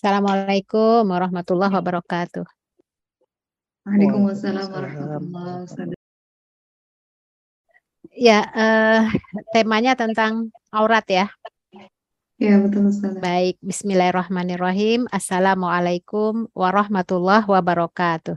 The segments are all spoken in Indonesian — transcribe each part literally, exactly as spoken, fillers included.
Assalamualaikum warahmatullahi wabarakatuh. Waalaikumsalam Waalaikumsalam warahmatullahi wabarakatuh. Ya, eh, temanya tentang aurat ya. Ya, betul Ustazah. Baik, bismillahirrahmanirrahim. Assalamualaikum warahmatullahi wabarakatuh.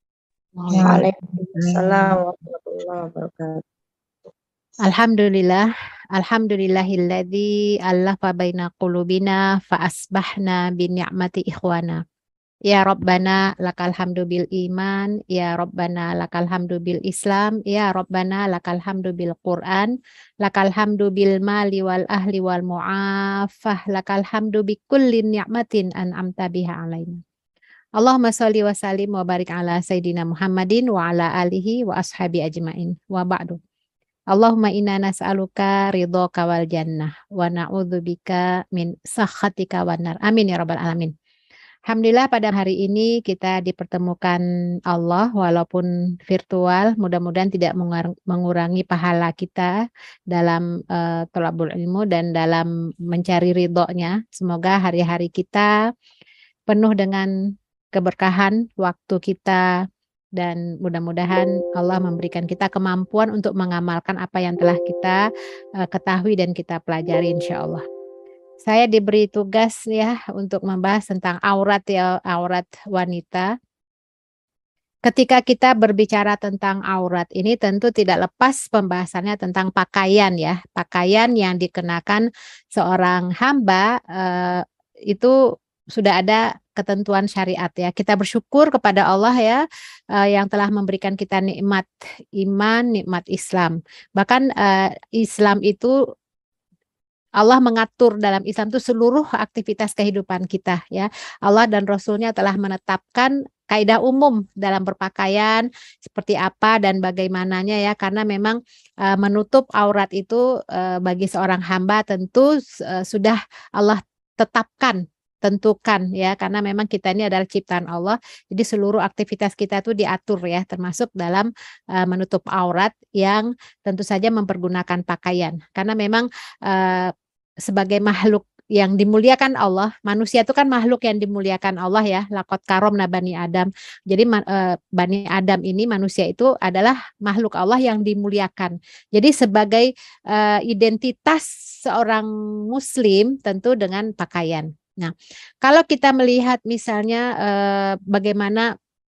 Waalaikumsalam warahmatullahi wabarakatuh. Alhamdulillah, alhamdulillahilladzi allafa baina qulubina fa asbahna bi ni'mati ikhwana. Ya Rabbana lakal hamdu bil iman, ya Rabbana lakal hamdu bil Islam, ya Rabbana lakal hamdu bil Quran, lakal hamdu bil mali wal ahli wal mu'afah, lakal hamdu bi kulli ni'matin an'amta biha alaina. Allahumma sholli wa sallim wa barik ala Sayyidina Muhammadin wa ala alihi wa ashabi ajmain. Wa ba'du. Allahumma inna nas'aluka ridhoka wal jannah wa na'udzubika min sakhatika wan nar. Amin ya rabbal alamin. Alhamdulillah pada hari ini kita dipertemukan Allah walaupun virtual, mudah-mudahan tidak mengurangi pahala kita dalam uh, thalabul ilmu dan dalam mencari ridhonya. Semoga hari-hari kita penuh dengan keberkahan waktu kita dan mudah-mudahan Allah memberikan kita kemampuan untuk mengamalkan apa yang telah kita uh, ketahui dan kita pelajari insya Allah. Saya diberi tugas ya untuk membahas tentang aurat ya, aurat wanita. Ketika kita berbicara tentang aurat ini tentu tidak lepas pembahasannya tentang pakaian ya. Pakaian yang dikenakan seorang hamba eh, itu sudah ada ketentuan syariat ya. Kita bersyukur kepada Allah ya eh, yang telah memberikan kita nikmat iman, nikmat Islam. Bahkan eh, Islam itu Allah mengatur dalam Islam itu seluruh aktivitas kehidupan kita ya. Allah dan Rasulnya telah menetapkan kaidah umum dalam berpakaian seperti apa dan bagaimananya ya, karena memang uh, menutup aurat itu uh, bagi seorang hamba tentu uh, sudah Allah tetapkan, tentukan ya, karena memang kita ini adalah ciptaan Allah. Jadi seluruh aktivitas kita itu diatur ya, termasuk dalam uh, menutup aurat yang tentu saja mempergunakan pakaian. Karena memang uh, sebagai makhluk yang dimuliakan Allah, manusia itu kan makhluk yang dimuliakan Allah ya, laqad karomna bani Adam. Jadi uh, bani Adam ini manusia itu adalah makhluk Allah yang dimuliakan. Jadi sebagai uh, identitas seorang muslim tentu dengan pakaian. Nah, kalau kita melihat misalnya eh, bagaimana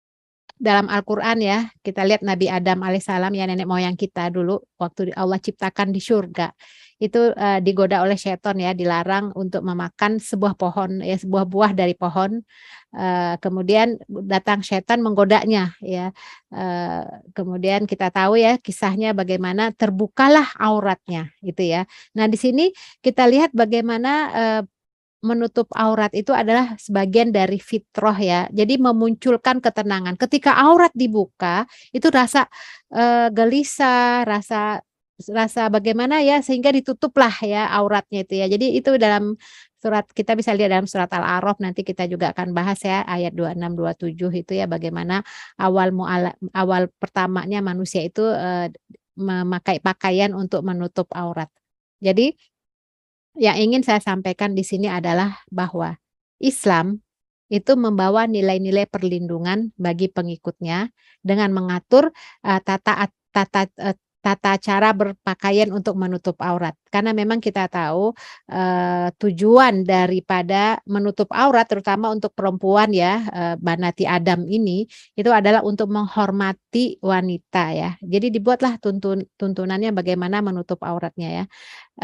dalam Al-Quran ya, kita lihat Nabi Adam alaihissalam ya, nenek moyang kita dulu waktu Allah ciptakan di surga itu eh, digoda oleh setan ya, dilarang untuk memakan sebuah pohon ya, sebuah buah dari pohon. Eh, kemudian datang setan menggodanya ya. Eh, kemudian kita tahu ya kisahnya bagaimana terbukalah auratnya gitu ya. Nah di sini kita lihat bagaimana eh, menutup aurat itu adalah sebagian dari fitrah ya. Jadi memunculkan ketenangan. Ketika aurat dibuka, itu rasa uh, gelisah, rasa rasa bagaimana ya, sehingga ditutuplah ya auratnya itu ya. Jadi itu dalam surat, kita bisa lihat dalam surat Al-A'raf, nanti kita juga akan bahas ya ayat dua puluh enam dua puluh tujuh itu ya, bagaimana awal muala, awal pertamanya manusia itu uh, memakai pakaian untuk menutup aurat. Jadi yang ingin saya sampaikan di sini adalah bahwa Islam itu membawa nilai-nilai perlindungan bagi pengikutnya dengan mengatur uh, tata tata uh, tata cara berpakaian untuk menutup aurat. Karena memang kita tahu uh, tujuan daripada menutup aurat terutama untuk perempuan ya, uh, banati Adam ini itu adalah untuk menghormati wanita ya. Jadi dibuatlah tuntun tuntunannya bagaimana menutup auratnya ya.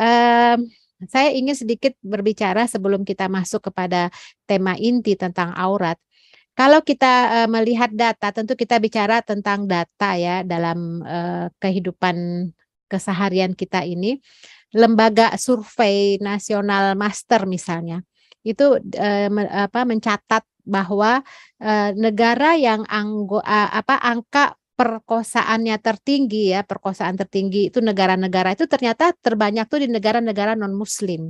Um, Saya ingin sedikit berbicara sebelum kita masuk kepada tema inti tentang aurat. Kalau kita uh, melihat data, tentu kita bicara tentang data ya dalam uh, kehidupan keseharian kita ini. Lembaga survei nasional master misalnya, itu uh, me, apa, mencatat bahwa uh, negara yang anggo, uh, apa, angka perkosaannya tertinggi ya, perkosaan tertinggi itu negara-negara itu ternyata terbanyak tuh di negara-negara non-muslim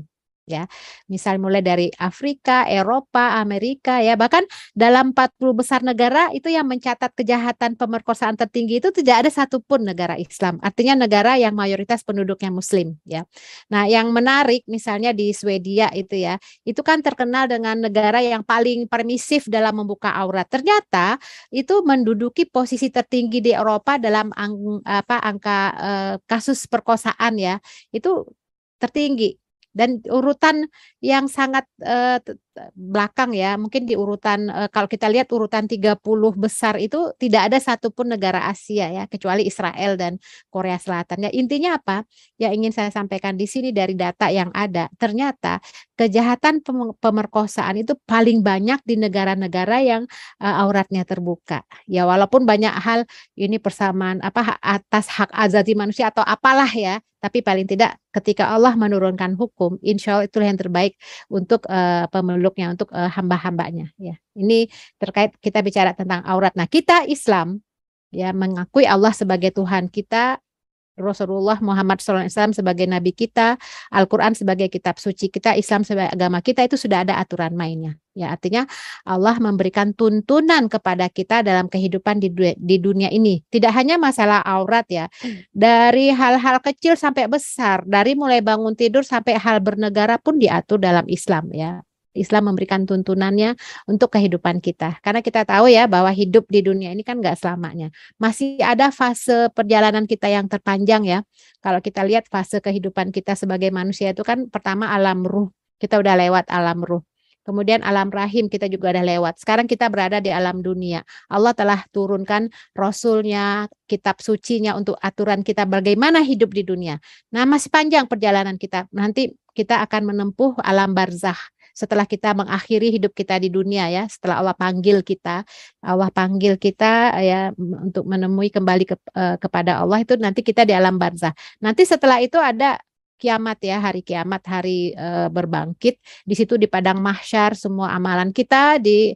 ya. Misal mulai dari Afrika, Eropa, Amerika ya, bahkan dalam empat puluh besar negara itu yang mencatat kejahatan pemerkosaan tertinggi itu tidak ada satupun negara Islam. Artinya negara yang mayoritas penduduknya Muslim ya. Nah, yang menarik misalnya di Swedia itu ya, itu kan terkenal dengan negara yang paling permisif dalam membuka aurat. Ternyata itu menduduki posisi tertinggi di Eropa dalam ang, apa angka eh, kasus perkosaan ya. Itu tertinggi. Dan urutan yang sangat uh, belakang ya, mungkin di urutan uh, kalau kita lihat urutan tiga puluh besar itu tidak ada satupun negara Asia ya, kecuali Israel dan Korea Selatan. Ya, intinya apa? Yang ingin saya sampaikan di sini dari data yang ada, ternyata kejahatan pemerkosaan itu paling banyak di negara-negara yang uh, auratnya terbuka. Ya, walaupun banyak hal ini persamaan apa atas hak asasi manusia atau apalah ya, tapi paling tidak ketika Allah menurunkan hukum, insya Allah itulah yang terbaik untuk uh, pemeluknya, untuk uh, hamba-hambanya. Ya, ini terkait kita bicara tentang aurat. Nah, kita Islam ya mengakui Allah sebagai Tuhan kita, Rasulullah Muhammad shallallahu alaihi wasallam sebagai nabi kita, Al-Quran sebagai kitab suci kita, Islam sebagai agama kita, itu sudah ada aturan mainnya. Ya, artinya Allah memberikan tuntunan kepada kita dalam kehidupan di, di dunia ini. Tidak hanya masalah aurat ya, dari hal-hal kecil sampai besar, dari mulai bangun tidur sampai hal bernegara pun diatur dalam Islam ya. Islam memberikan tuntunannya untuk kehidupan kita. Karena kita tahu ya bahwa hidup di dunia ini kan nggak selamanya. Masih ada fase perjalanan kita yang terpanjang ya. Kalau kita lihat fase kehidupan kita sebagai manusia itu kan pertama alam ruh. Kita udah lewat alam ruh. Kemudian alam rahim kita juga udah lewat. Sekarang kita berada di alam dunia. Allah telah turunkan Rasulnya, kitab sucinya untuk aturan kita bagaimana hidup di dunia. Nah, masih panjang perjalanan kita. Nanti kita akan menempuh alam barzakh. Setelah kita mengakhiri hidup kita di dunia ya, setelah Allah panggil kita, Allah panggil kita ya untuk menemui kembali ke, uh, kepada Allah, itu nanti kita di alam barzakh. Nanti setelah itu ada kiamat ya, hari kiamat, hari uh, berbangkit. Di situ di padang mahsyar semua amalan kita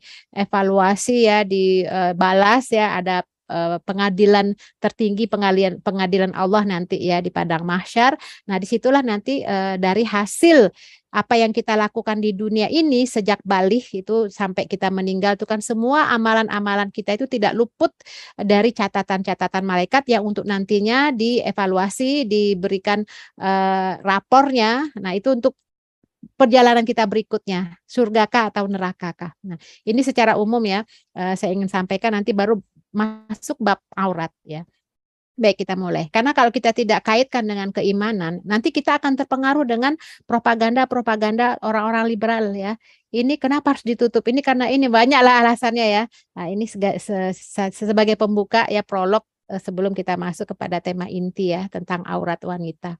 dievaluasi ya, dibalas uh, ya, ada pengadilan tertinggi, pengadilan pengadilan Allah nanti ya di padang mahsyar. Nah, disitulah nanti uh, dari hasil apa yang kita lakukan di dunia ini sejak balik itu sampai kita meninggal itu kan semua amalan-amalan kita itu tidak luput dari catatan-catatan malaikat yang untuk nantinya dievaluasi, diberikan uh, rapornya. Nah, itu untuk perjalanan kita berikutnya, surgakah atau nerakakah. Nah, ini secara umum ya, uh, saya ingin sampaikan, nanti baru masuk bab aurat ya. Baik, kita mulai. Karena kalau kita tidak kaitkan dengan keimanan, nanti kita akan terpengaruh dengan propaganda-propaganda orang-orang liberal ya. Ini kenapa harus ditutup? Ini karena ini banyaklah alasannya ya. Nah, ini sega, se, se, sebagai pembuka ya, prolog eh, sebelum kita masuk kepada tema inti ya tentang aurat wanita.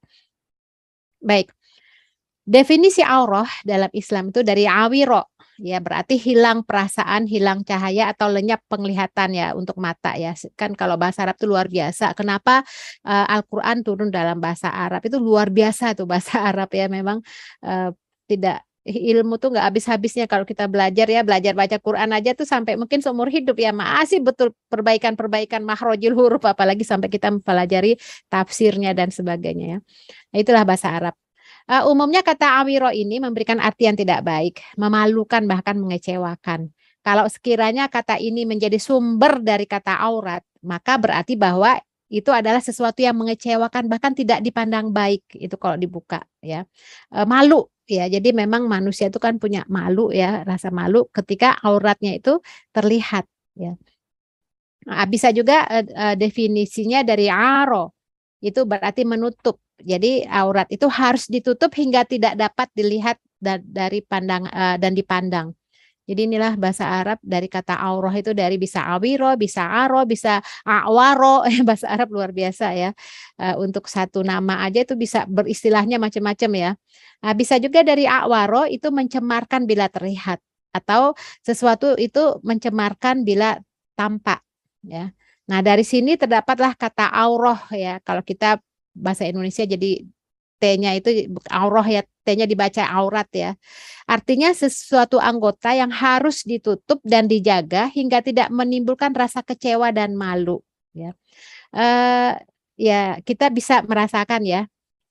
Baik. Definisi aurah dalam Islam itu dari awiro, ya berarti hilang perasaan, hilang cahaya atau lenyap penglihatan ya untuk mata ya. Kan kalau bahasa Arab itu luar biasa. Kenapa uh, Al-Quran turun dalam bahasa Arab? Itu luar biasa tuh bahasa Arab ya, memang uh, tidak ilmu tuh nggak habis-habisnya kalau kita belajar ya, belajar baca Quran aja tuh sampai mungkin seumur hidup ya, masih betul perbaikan-perbaikan makhrajul huruf, apalagi sampai kita mempelajari tafsirnya dan sebagainya ya. Nah, itulah bahasa Arab. Uh, umumnya kata awiro ini memberikan arti yang tidak baik, memalukan, bahkan mengecewakan. Kalau sekiranya kata ini menjadi sumber dari kata aurat, maka berarti bahwa itu adalah sesuatu yang mengecewakan, bahkan tidak dipandang baik. Itu kalau dibuka ya. Uh, malu ya. Jadi memang manusia itu kan punya malu ya, rasa malu ketika auratnya itu terlihat ya. Nah, bisa juga uh, uh, definisinya dari aro. Itu berarti menutup. Jadi aurat itu harus ditutup hingga tidak dapat dilihat da dari pandang uh, dan dipandang. Jadi inilah bahasa Arab dari kata aurah itu, dari bisa awiro, bisa aro, bisa awaro. Bahasa Arab luar biasa ya. Uh, untuk satu nama aja itu bisa beristilahnya macam-macam ya. Nah, bisa juga dari awaro itu mencemarkan bila terlihat, atau sesuatu itu mencemarkan bila tampak ya. Nah, dari sini terdapatlah kata aurah ya. Kalau kita bahasa Indonesia jadi T-nya itu aurah ya, T-nya dibaca aurat ya. Artinya sesuatu anggota yang harus ditutup dan dijaga hingga tidak menimbulkan rasa kecewa dan malu ya. Uh, ya, kita bisa merasakan ya.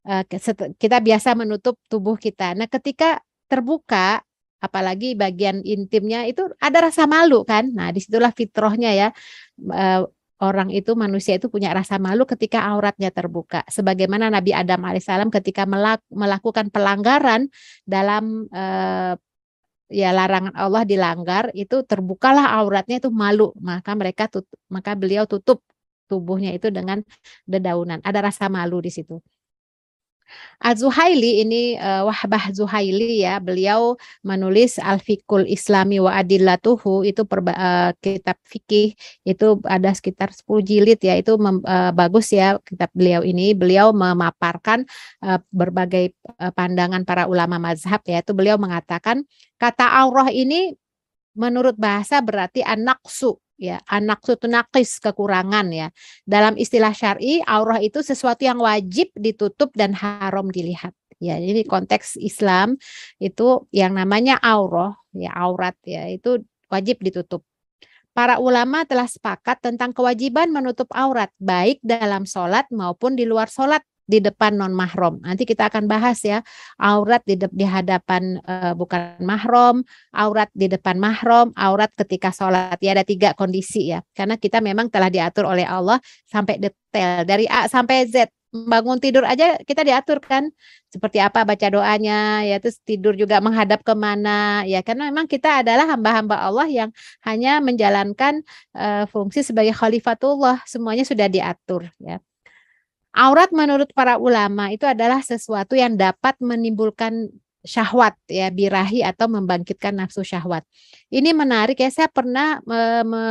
uh, kita biasa menutup tubuh kita. Nah, ketika terbuka, apalagi bagian intimnya itu ada rasa malu kan. Nah, disitulah fitrahnya ya. Uh, orang itu, manusia itu punya rasa malu ketika auratnya terbuka. Sebagaimana Nabi Adam alaihissalam ketika melak melakukan pelanggaran dalam uh, ya larangan Allah dilanggar, itu terbukalah auratnya, itu malu. Maka mereka tutup, maka beliau tutup tubuhnya itu dengan dedaunan. Ada rasa malu di situ. Az-Zuhaili ini uh, Wahbah Zuhaili ya, beliau menulis Al-Fiqhul Islami wa Adillatuhu, itu perba, uh, kitab fikih, itu ada sekitar sepuluh jilid ya, itu mem, uh, bagus ya kitab beliau ini. Beliau memaparkan uh, berbagai uh, pandangan para ulama mazhab ya. Itu beliau mengatakan kata aurah ini menurut bahasa berarti an-naqsu ya, an-naqsu itu naqis, kekurangan ya. Dalam istilah syar'i, aurah itu sesuatu yang wajib ditutup dan haram dilihat. Ya, ini konteks Islam itu yang namanya aurah ya, aurat ya, itu wajib ditutup. Para ulama telah sepakat tentang kewajiban menutup aurat baik dalam sholat maupun di luar sholat di depan non mahram. Nanti kita akan bahas ya, aurat di, di hadapan uh, bukan mahram, aurat di depan mahram, aurat ketika sholat. Ya, ada tiga kondisi ya, karena kita memang telah diatur oleh Allah sampai detail dari A sampai Z. Bangun tidur aja kita diatur kan, seperti apa baca doanya ya, terus tidur juga menghadap kemana ya, karena memang kita adalah hamba-hamba Allah yang hanya menjalankan uh, fungsi sebagai khalifatullah, semuanya sudah diatur ya. Aurat menurut para ulama itu adalah sesuatu yang dapat menimbulkan syahwat ya, birahi atau membangkitkan nafsu syahwat. Ini menarik ya, saya pernah me, me,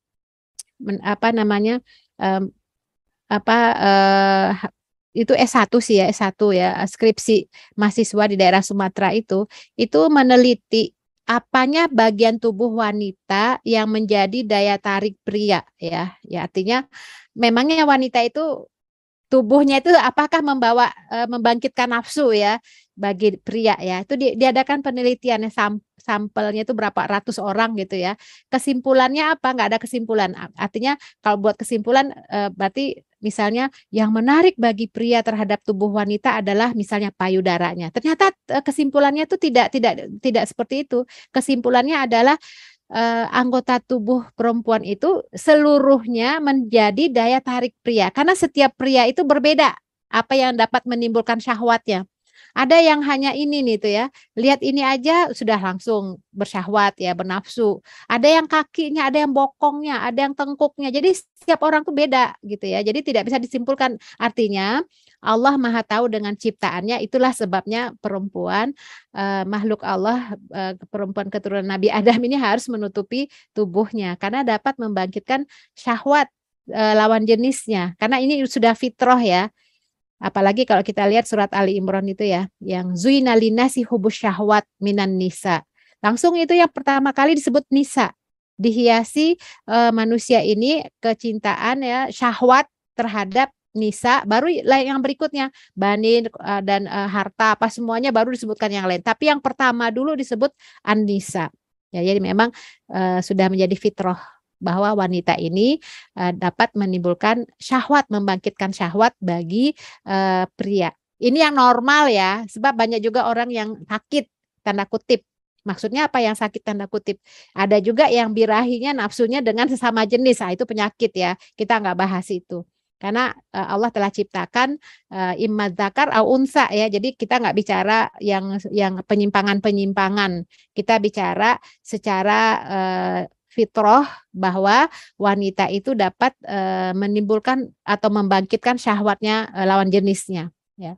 men, apa namanya um, apa uh, itu S satu sih ya, S satu ya, skripsi mahasiswa di daerah Sumatera itu itu meneliti apanya bagian tubuh wanita yang menjadi daya tarik pria ya. Ya, artinya memangnya wanita itu tubuhnya itu apakah membawa e, membangkitkan nafsu ya bagi pria ya. Itu di, diadakan penelitian, sam, sampelnya itu berapa ratus orang gitu ya. Kesimpulannya apa? Nggak ada kesimpulan. Artinya kalau buat kesimpulan e, berarti misalnya yang menarik bagi pria terhadap tubuh wanita adalah misalnya payudaranya. Ternyata e, kesimpulannya itu tidak tidak tidak seperti itu. Kesimpulannya adalah Uh, anggota tubuh perempuan itu seluruhnya menjadi daya tarik pria, karena setiap pria itu berbeda apa yang dapat menimbulkan syahwatnya. Ada yang hanya ini nih tuh ya, lihat ini aja sudah langsung bersyahwat ya, bernafsu. Ada yang kakinya, ada yang bokongnya, ada yang tengkuknya. Jadi setiap orang tuh beda gitu ya. Jadi tidak bisa disimpulkan. Artinya Allah Maha tahu dengan ciptaannya, itulah sebabnya perempuan eh, makhluk Allah, eh, perempuan keturunan Nabi Adam ini harus menutupi tubuhnya karena dapat membangkitkan syahwat eh, lawan jenisnya. Karena ini sudah fitrah ya. Apalagi kalau kita lihat surat Ali Imran itu ya, yang zuina linasi hubus syahwat minan nisa. Langsung itu yang pertama kali disebut nisa. Dihiasi e, manusia ini kecintaan ya, syahwat terhadap nisa. Baru yang berikutnya banin e, dan e, harta apa semuanya baru disebutkan yang lain. Tapi yang pertama dulu disebut an-nisa. Ya, jadi memang e, sudah menjadi fitrah bahwa wanita ini uh, dapat menimbulkan syahwat, membangkitkan syahwat bagi uh, pria. Ini yang normal ya, sebab banyak juga orang yang sakit, tanda kutip. Maksudnya apa yang sakit tanda kutip? Ada juga yang birahinya nafsunya dengan sesama jenis, nah, itu penyakit ya, kita nggak bahas itu. Karena uh, Allah telah ciptakan uh, imma dzakar au unsa ya, jadi kita nggak bicara yang yang penyimpangan-penyimpangan, kita bicara secara uh, fitrah bahwa wanita itu dapat e, menimbulkan atau membangkitkan syahwatnya e, lawan jenisnya ya.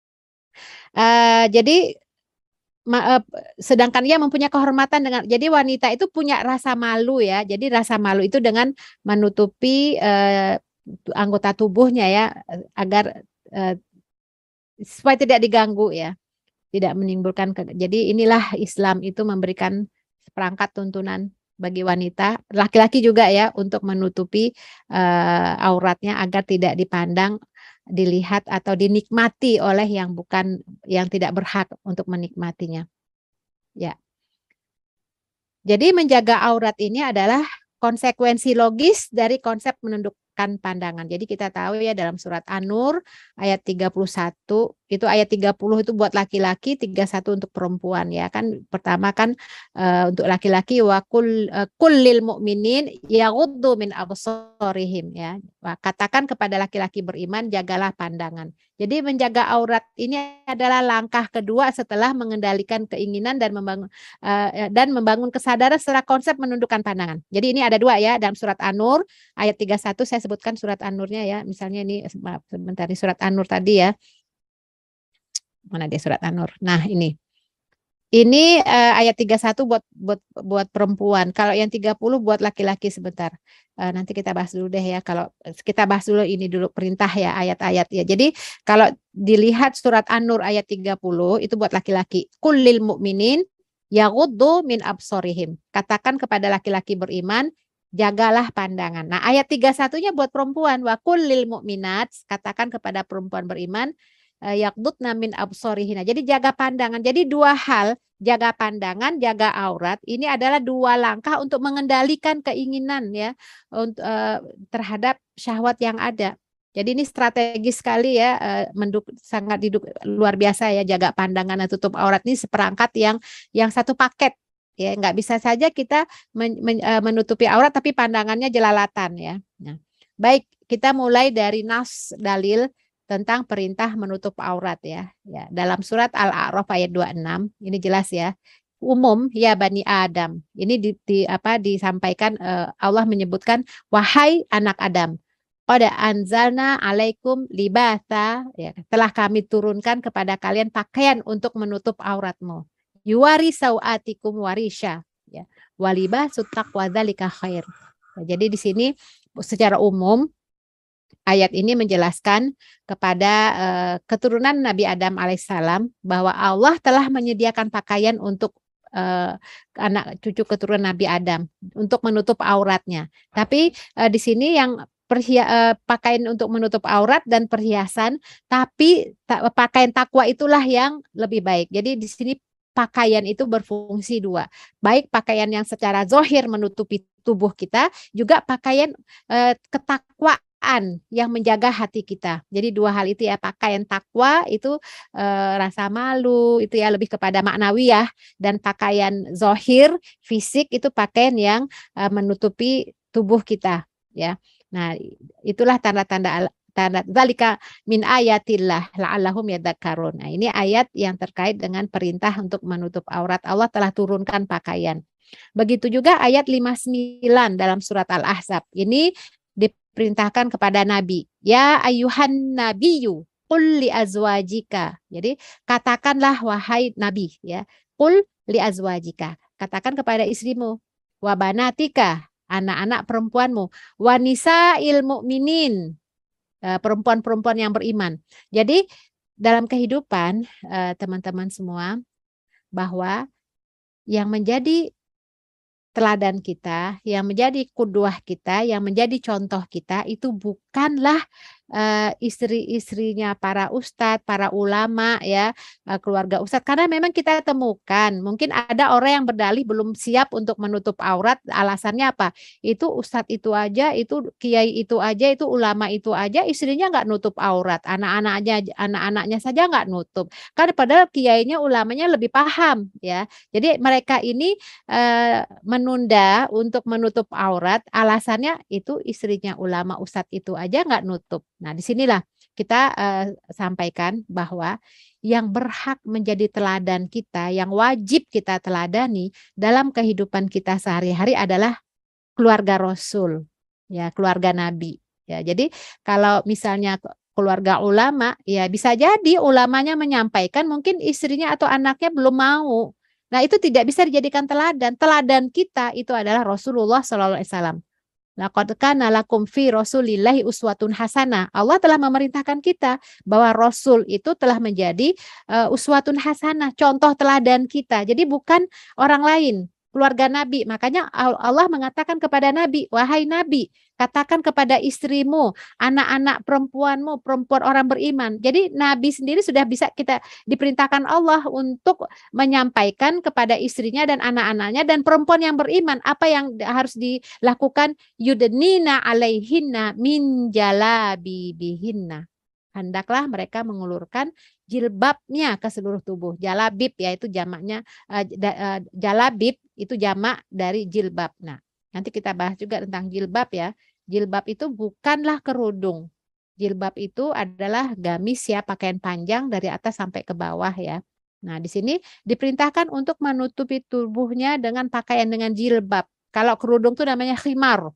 E, jadi ma, e, sedangkan ia mempunyai kehormatan dengan, jadi wanita itu punya rasa malu ya. Jadi rasa malu itu dengan menutupi e, anggota tubuhnya ya, agar e, supaya tidak diganggu ya, tidak menimbulkan ke, jadi inilah Islam itu memberikan seperangkat tuntunan bagi wanita, laki-laki juga ya, untuk menutupi uh, auratnya agar tidak dipandang, dilihat atau dinikmati oleh yang bukan, yang tidak berhak untuk menikmatinya. Ya. Jadi menjaga aurat ini adalah konsekuensi logis dari konsep menundukkan menundukkan pandangan. Jadi kita tahu ya dalam surat An-Nur ayat tiga puluh satu, itu ayat tiga puluh itu buat laki-laki, tiga puluh satu untuk perempuan ya kan. Pertama kan uh, untuk laki-laki wa kul uh, kullil mu'minin yaghuddu min absarihim ya. Katakan kepada laki-laki beriman jagalah pandangan. Jadi menjaga aurat ini adalah langkah kedua setelah mengendalikan keinginan dan membangun uh, dan membangun kesadaran secara konsep menundukkan pandangan. Jadi ini ada dua ya dalam surat An-Nur ayat tiga puluh satu, saya sebutkan surat An-Nurnya ya. Misalnya ini maaf, sebentar ini surat An-Nur tadi ya. Mana dia surat An-Nur? Nah, ini. Ini uh, ayat tiga puluh satu buat buat buat perempuan. Kalau yang tiga puluh buat laki-laki sebentar. Uh, nanti kita bahas dulu deh ya. Kalau kita bahas dulu ini dulu perintah ya, ayat-ayat ya. Jadi kalau dilihat surat An-Nur ayat tiga puluh itu buat laki-laki. Kullil mu'minin yaghuddu min absarihim. Katakan kepada laki-laki beriman, jagalah pandangan. Nah, ayat tiga puluh satunya buat perempuan. Wa kullil mu'minat, katakan kepada perempuan beriman, yaqdudna min absarihina. Jadi jaga pandangan. Jadi dua hal, jaga pandangan, jaga aurat. Ini adalah dua langkah untuk mengendalikan keinginan ya untuk uh, terhadap syahwat yang ada. Jadi ini strategis sekali ya, uh, menduk, sangat diduk, luar biasa ya jaga pandangan dan tutup aurat ini seperangkat yang yang satu paket. Ya, nggak bisa saja kita men, men, uh, menutupi aurat tapi pandangannya jelalatan ya. Nah, baik, kita mulai dari nas dalil tentang perintah menutup aurat ya. Ya, dalam surat Al-A'raf ayat dua puluh enam ini jelas ya. Umum ya Bani Adam. Ini di, di apa disampaikan uh, Allah menyebutkan wahai anak Adam. Qad anzalna alaikum libasa ya, telah kami turunkan kepada kalian pakaian untuk menutup auratmu. Yuwari sauatikum warisha ya. Walibasut taqwa dzalika khair. Ya, jadi di sini secara umum ayat ini menjelaskan kepada uh, keturunan Nabi Adam alaihissalam bahwa Allah telah menyediakan pakaian untuk uh, anak cucu keturunan Nabi Adam untuk menutup auratnya. Tapi uh, di sini yang perhia, uh, pakaian untuk menutup aurat dan perhiasan, tapi ta, pakaian takwa itulah yang lebih baik. Jadi di sini pakaian itu berfungsi dua. Baik pakaian yang secara zahir menutupi tubuh kita, juga pakaian uh, ketakwaan yang menjaga hati kita. Jadi dua hal itu ya, pakaian takwa itu e, rasa malu itu ya lebih kepada maknawiyah, dan pakaian zahir fisik itu pakaian yang e, menutupi tubuh kita ya. Nah, itulah tanda-tanda tanda zalika min ayatillah la'allahum yadhakkarun. Nah, ini ayat yang terkait dengan perintah untuk menutup aurat. Allah telah turunkan pakaian. Begitu juga ayat lima puluh sembilan dalam surat Al-Ahzab. Ini diperintahkan kepada Nabi. Ya ayuhan nabiyyu qul li azwajika. Jadi katakanlah wahai Nabi ya. Qul li azwajika. Katakan kepada istrimu. Wa banatika, anak-anak perempuanmu. Wa nisa'il mu'minin, perempuan-perempuan yang beriman. Jadi dalam kehidupan teman-teman semua, bahwa yang menjadi teladan kita, yang menjadi kuduah kita, yang menjadi contoh kita itu bukanlah uh, istri-istrinya para ustadz, para ulama ya, uh, keluarga ustadz. Karena memang kita temukan, mungkin ada orang yang berdalih belum siap untuk menutup aurat, alasannya apa? Itu ustadz itu aja, itu kiai itu aja, itu ulama itu aja, istrinya nggak nutup aurat, anak-anaknya anak-anaknya saja nggak nutup. Kan padahal kiainya, ulamanya lebih paham ya. Jadi mereka ini uh, menunda untuk menutup aurat, alasannya itu istrinya ulama ustadz itu aja nggak nutup. Nah, disinilah kita uh, sampaikan bahwa yang berhak menjadi teladan kita, yang wajib kita teladani dalam kehidupan kita sehari-hari adalah keluarga Rasul, ya, keluarga Nabi. Ya, jadi kalau misalnya keluarga ulama, ya bisa jadi ulamanya menyampaikan, mungkin istrinya atau anaknya belum mau. Nah, itu tidak bisa dijadikan teladan. Teladan kita itu adalah Rasulullah shallallahu alaihi wasallam. Laqad kana lakum fi Rasulillahi uswatun hasanah. Allah telah memerintahkan kita bahwa Rasul itu telah menjadi uh, uswatun hasanah, contoh teladan kita. Jadi bukan orang lain. keluarga Nabi. Makanya Allah mengatakan kepada Nabi, wahai Nabi, katakan kepada istrimu, anak-anak perempuanmu, perempuan orang beriman. Jadi Nabi sendiri sudah bisa kita diperintahkan Allah untuk menyampaikan kepada istrinya dan anak-anaknya dan perempuan yang beriman apa yang harus dilakukan, yudnina alaihinna min jalabibihinna. Hendaklah mereka mengulurkan jilbabnya ke seluruh tubuh. Jalabib yaitu jamaknya uh, uh, jalabib itu jamak dari jilbab. Nah, nanti kita bahas juga tentang jilbab ya. Jilbab itu bukanlah kerudung. Jilbab itu adalah gamis ya, pakaian panjang dari atas sampai ke bawah ya. Nah, di sini diperintahkan untuk menutupi tubuhnya dengan pakaian dengan jilbab. Kalau kerudung itu namanya khimar.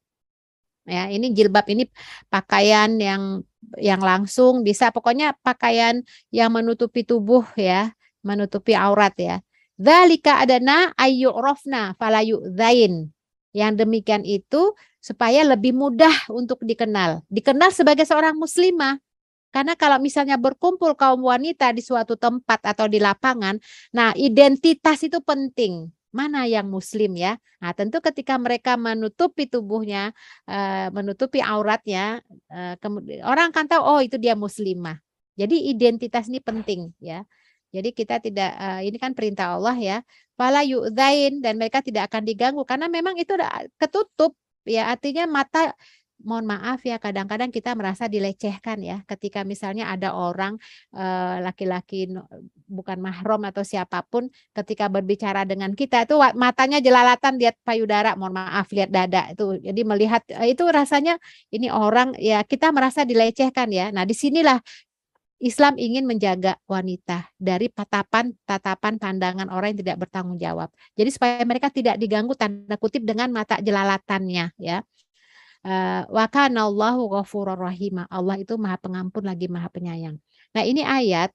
Ya, ini jilbab ini pakaian yang yang langsung bisa, pokoknya pakaian yang menutupi tubuh ya, menutupi aurat ya. Dzalika adana ayyurafna fala yu'dzain. Yang demikian itu supaya lebih mudah untuk dikenal. Dikenal sebagai seorang muslimah. Karena kalau misalnya berkumpul kaum wanita di suatu tempat atau di lapangan, nah identitas itu penting. Mana yang muslim ya? Nah, tentu ketika mereka menutupi tubuhnya, uh, menutupi auratnya, uh, kemudian orang akan tahu oh itu dia muslimah. Jadi identitas ini penting ya. Jadi kita tidak uh, ini kan perintah Allah ya. Fala yu'dzain, dan mereka tidak akan diganggu karena memang itu udah ketutup ya, artinya mata. Mohon maaf ya, kadang-kadang kita merasa dilecehkan ya ketika misalnya ada orang laki-laki uh, bukan mahram atau siapapun ketika berbicara dengan kita itu matanya jelalatan lihat payudara, mohon maaf lihat dada itu. Jadi melihat uh, itu rasanya ini orang ya, kita merasa dilecehkan ya. Nah, disinilah Islam ingin menjaga wanita dari tatapan tatapan pandangan orang yang tidak bertanggung jawab. Jadi supaya mereka tidak diganggu tanda kutip dengan mata jelalatannya ya. Uh, wa kana Allahu ghafurur rahim. Allah itu Maha Pengampun lagi Maha Penyayang. Nah, ini ayat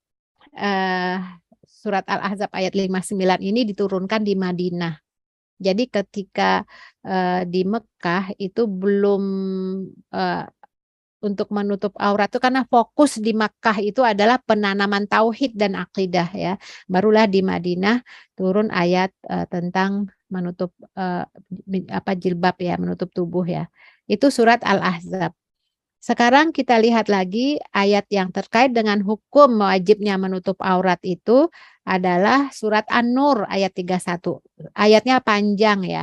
uh, surat Al-Ahzab ayat lima puluh sembilan ini diturunkan di Madinah. Jadi ketika uh, di Mekah itu belum uh, untuk menutup aurat itu karena fokus di Makkah itu adalah penanaman tauhid dan akidah ya. Barulah di Madinah turun ayat uh, tentang menutup uh, apa jilbab ya, menutup tubuh ya. Itu surat Al-Ahzab. Sekarang kita lihat lagi ayat yang terkait dengan hukum wajibnya menutup aurat itu adalah surat An-Nur ayat tiga puluh satu. Ayatnya panjang ya.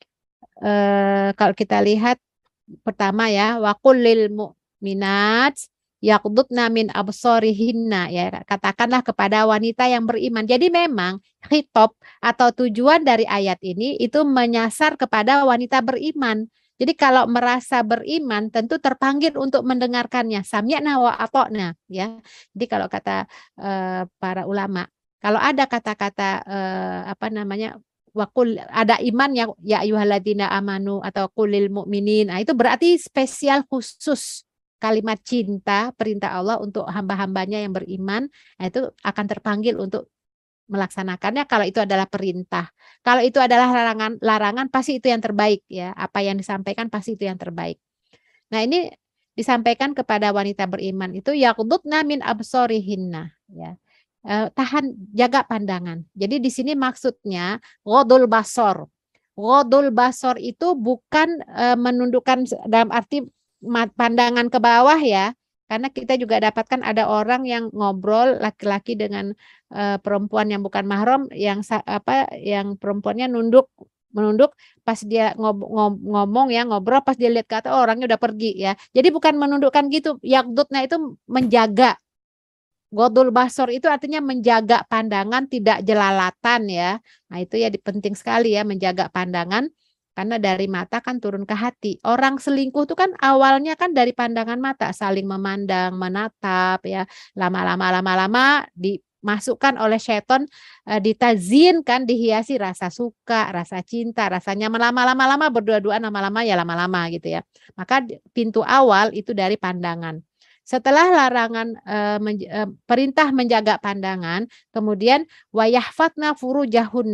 Uh, kalau kita lihat pertama ya, waqul lil mu'minat yaqdudna min absarihinna ya, katakanlah kepada wanita yang beriman. Jadi memang khitab atau tujuan dari ayat ini itu menyasar kepada wanita beriman. Jadi kalau merasa beriman tentu terpanggil untuk mendengarkannya, sami'na wa ata'na ya. Jadi kalau kata uh, para ulama, kalau ada kata-kata uh, apa namanya wakul ada iman ya ya ayyuhalladzina amanu atau qulil mu'minin, nah itu berarti spesial khusus kalimat cinta perintah Allah untuk hamba-hambanya yang beriman, nah itu akan terpanggil untuk melaksanakannya kalau itu adalah perintah. Kalau itu adalah larangan larangan pasti itu yang terbaik ya, apa yang disampaikan pasti itu yang terbaik. Nah, ini disampaikan kepada wanita beriman itu yaqdudna min absarihinna ya. Uh, tahan, jaga pandangan. Jadi di sini maksudnya ghodul basor. Ghodul basor itu bukan uh, menundukkan dalam arti pandangan ke bawah ya. Karena kita juga dapatkan ada orang yang ngobrol laki-laki dengan uh, perempuan yang bukan mahram, yang apa yang perempuannya nunduk menunduk pas dia ngob, ngob, ngomong ya ngobrol, pas dia lihat ke atas oh, orangnya udah pergi ya. Jadi bukan menundukkan gitu. Yaqdudna itu menjaga. Ghodul basor itu artinya menjaga pandangan, tidak jelalatan ya. Nah itu ya penting sekali ya, menjaga pandangan. Karena dari mata kan turun ke hati. Orang selingkuh itu kan awalnya kan dari pandangan mata, saling memandang, menatap ya. Lama-lama lama-lama dimasukkan oleh setan, e, ditazinkan, dihiasi rasa suka, rasa cinta, rasanya lama-lama lama berdua-duaan, lama-lama ya lama-lama gitu ya. Maka pintu awal itu dari pandangan. Setelah larangan e, menj- e, perintah menjaga pandangan, kemudian wayahfatna furujahunna.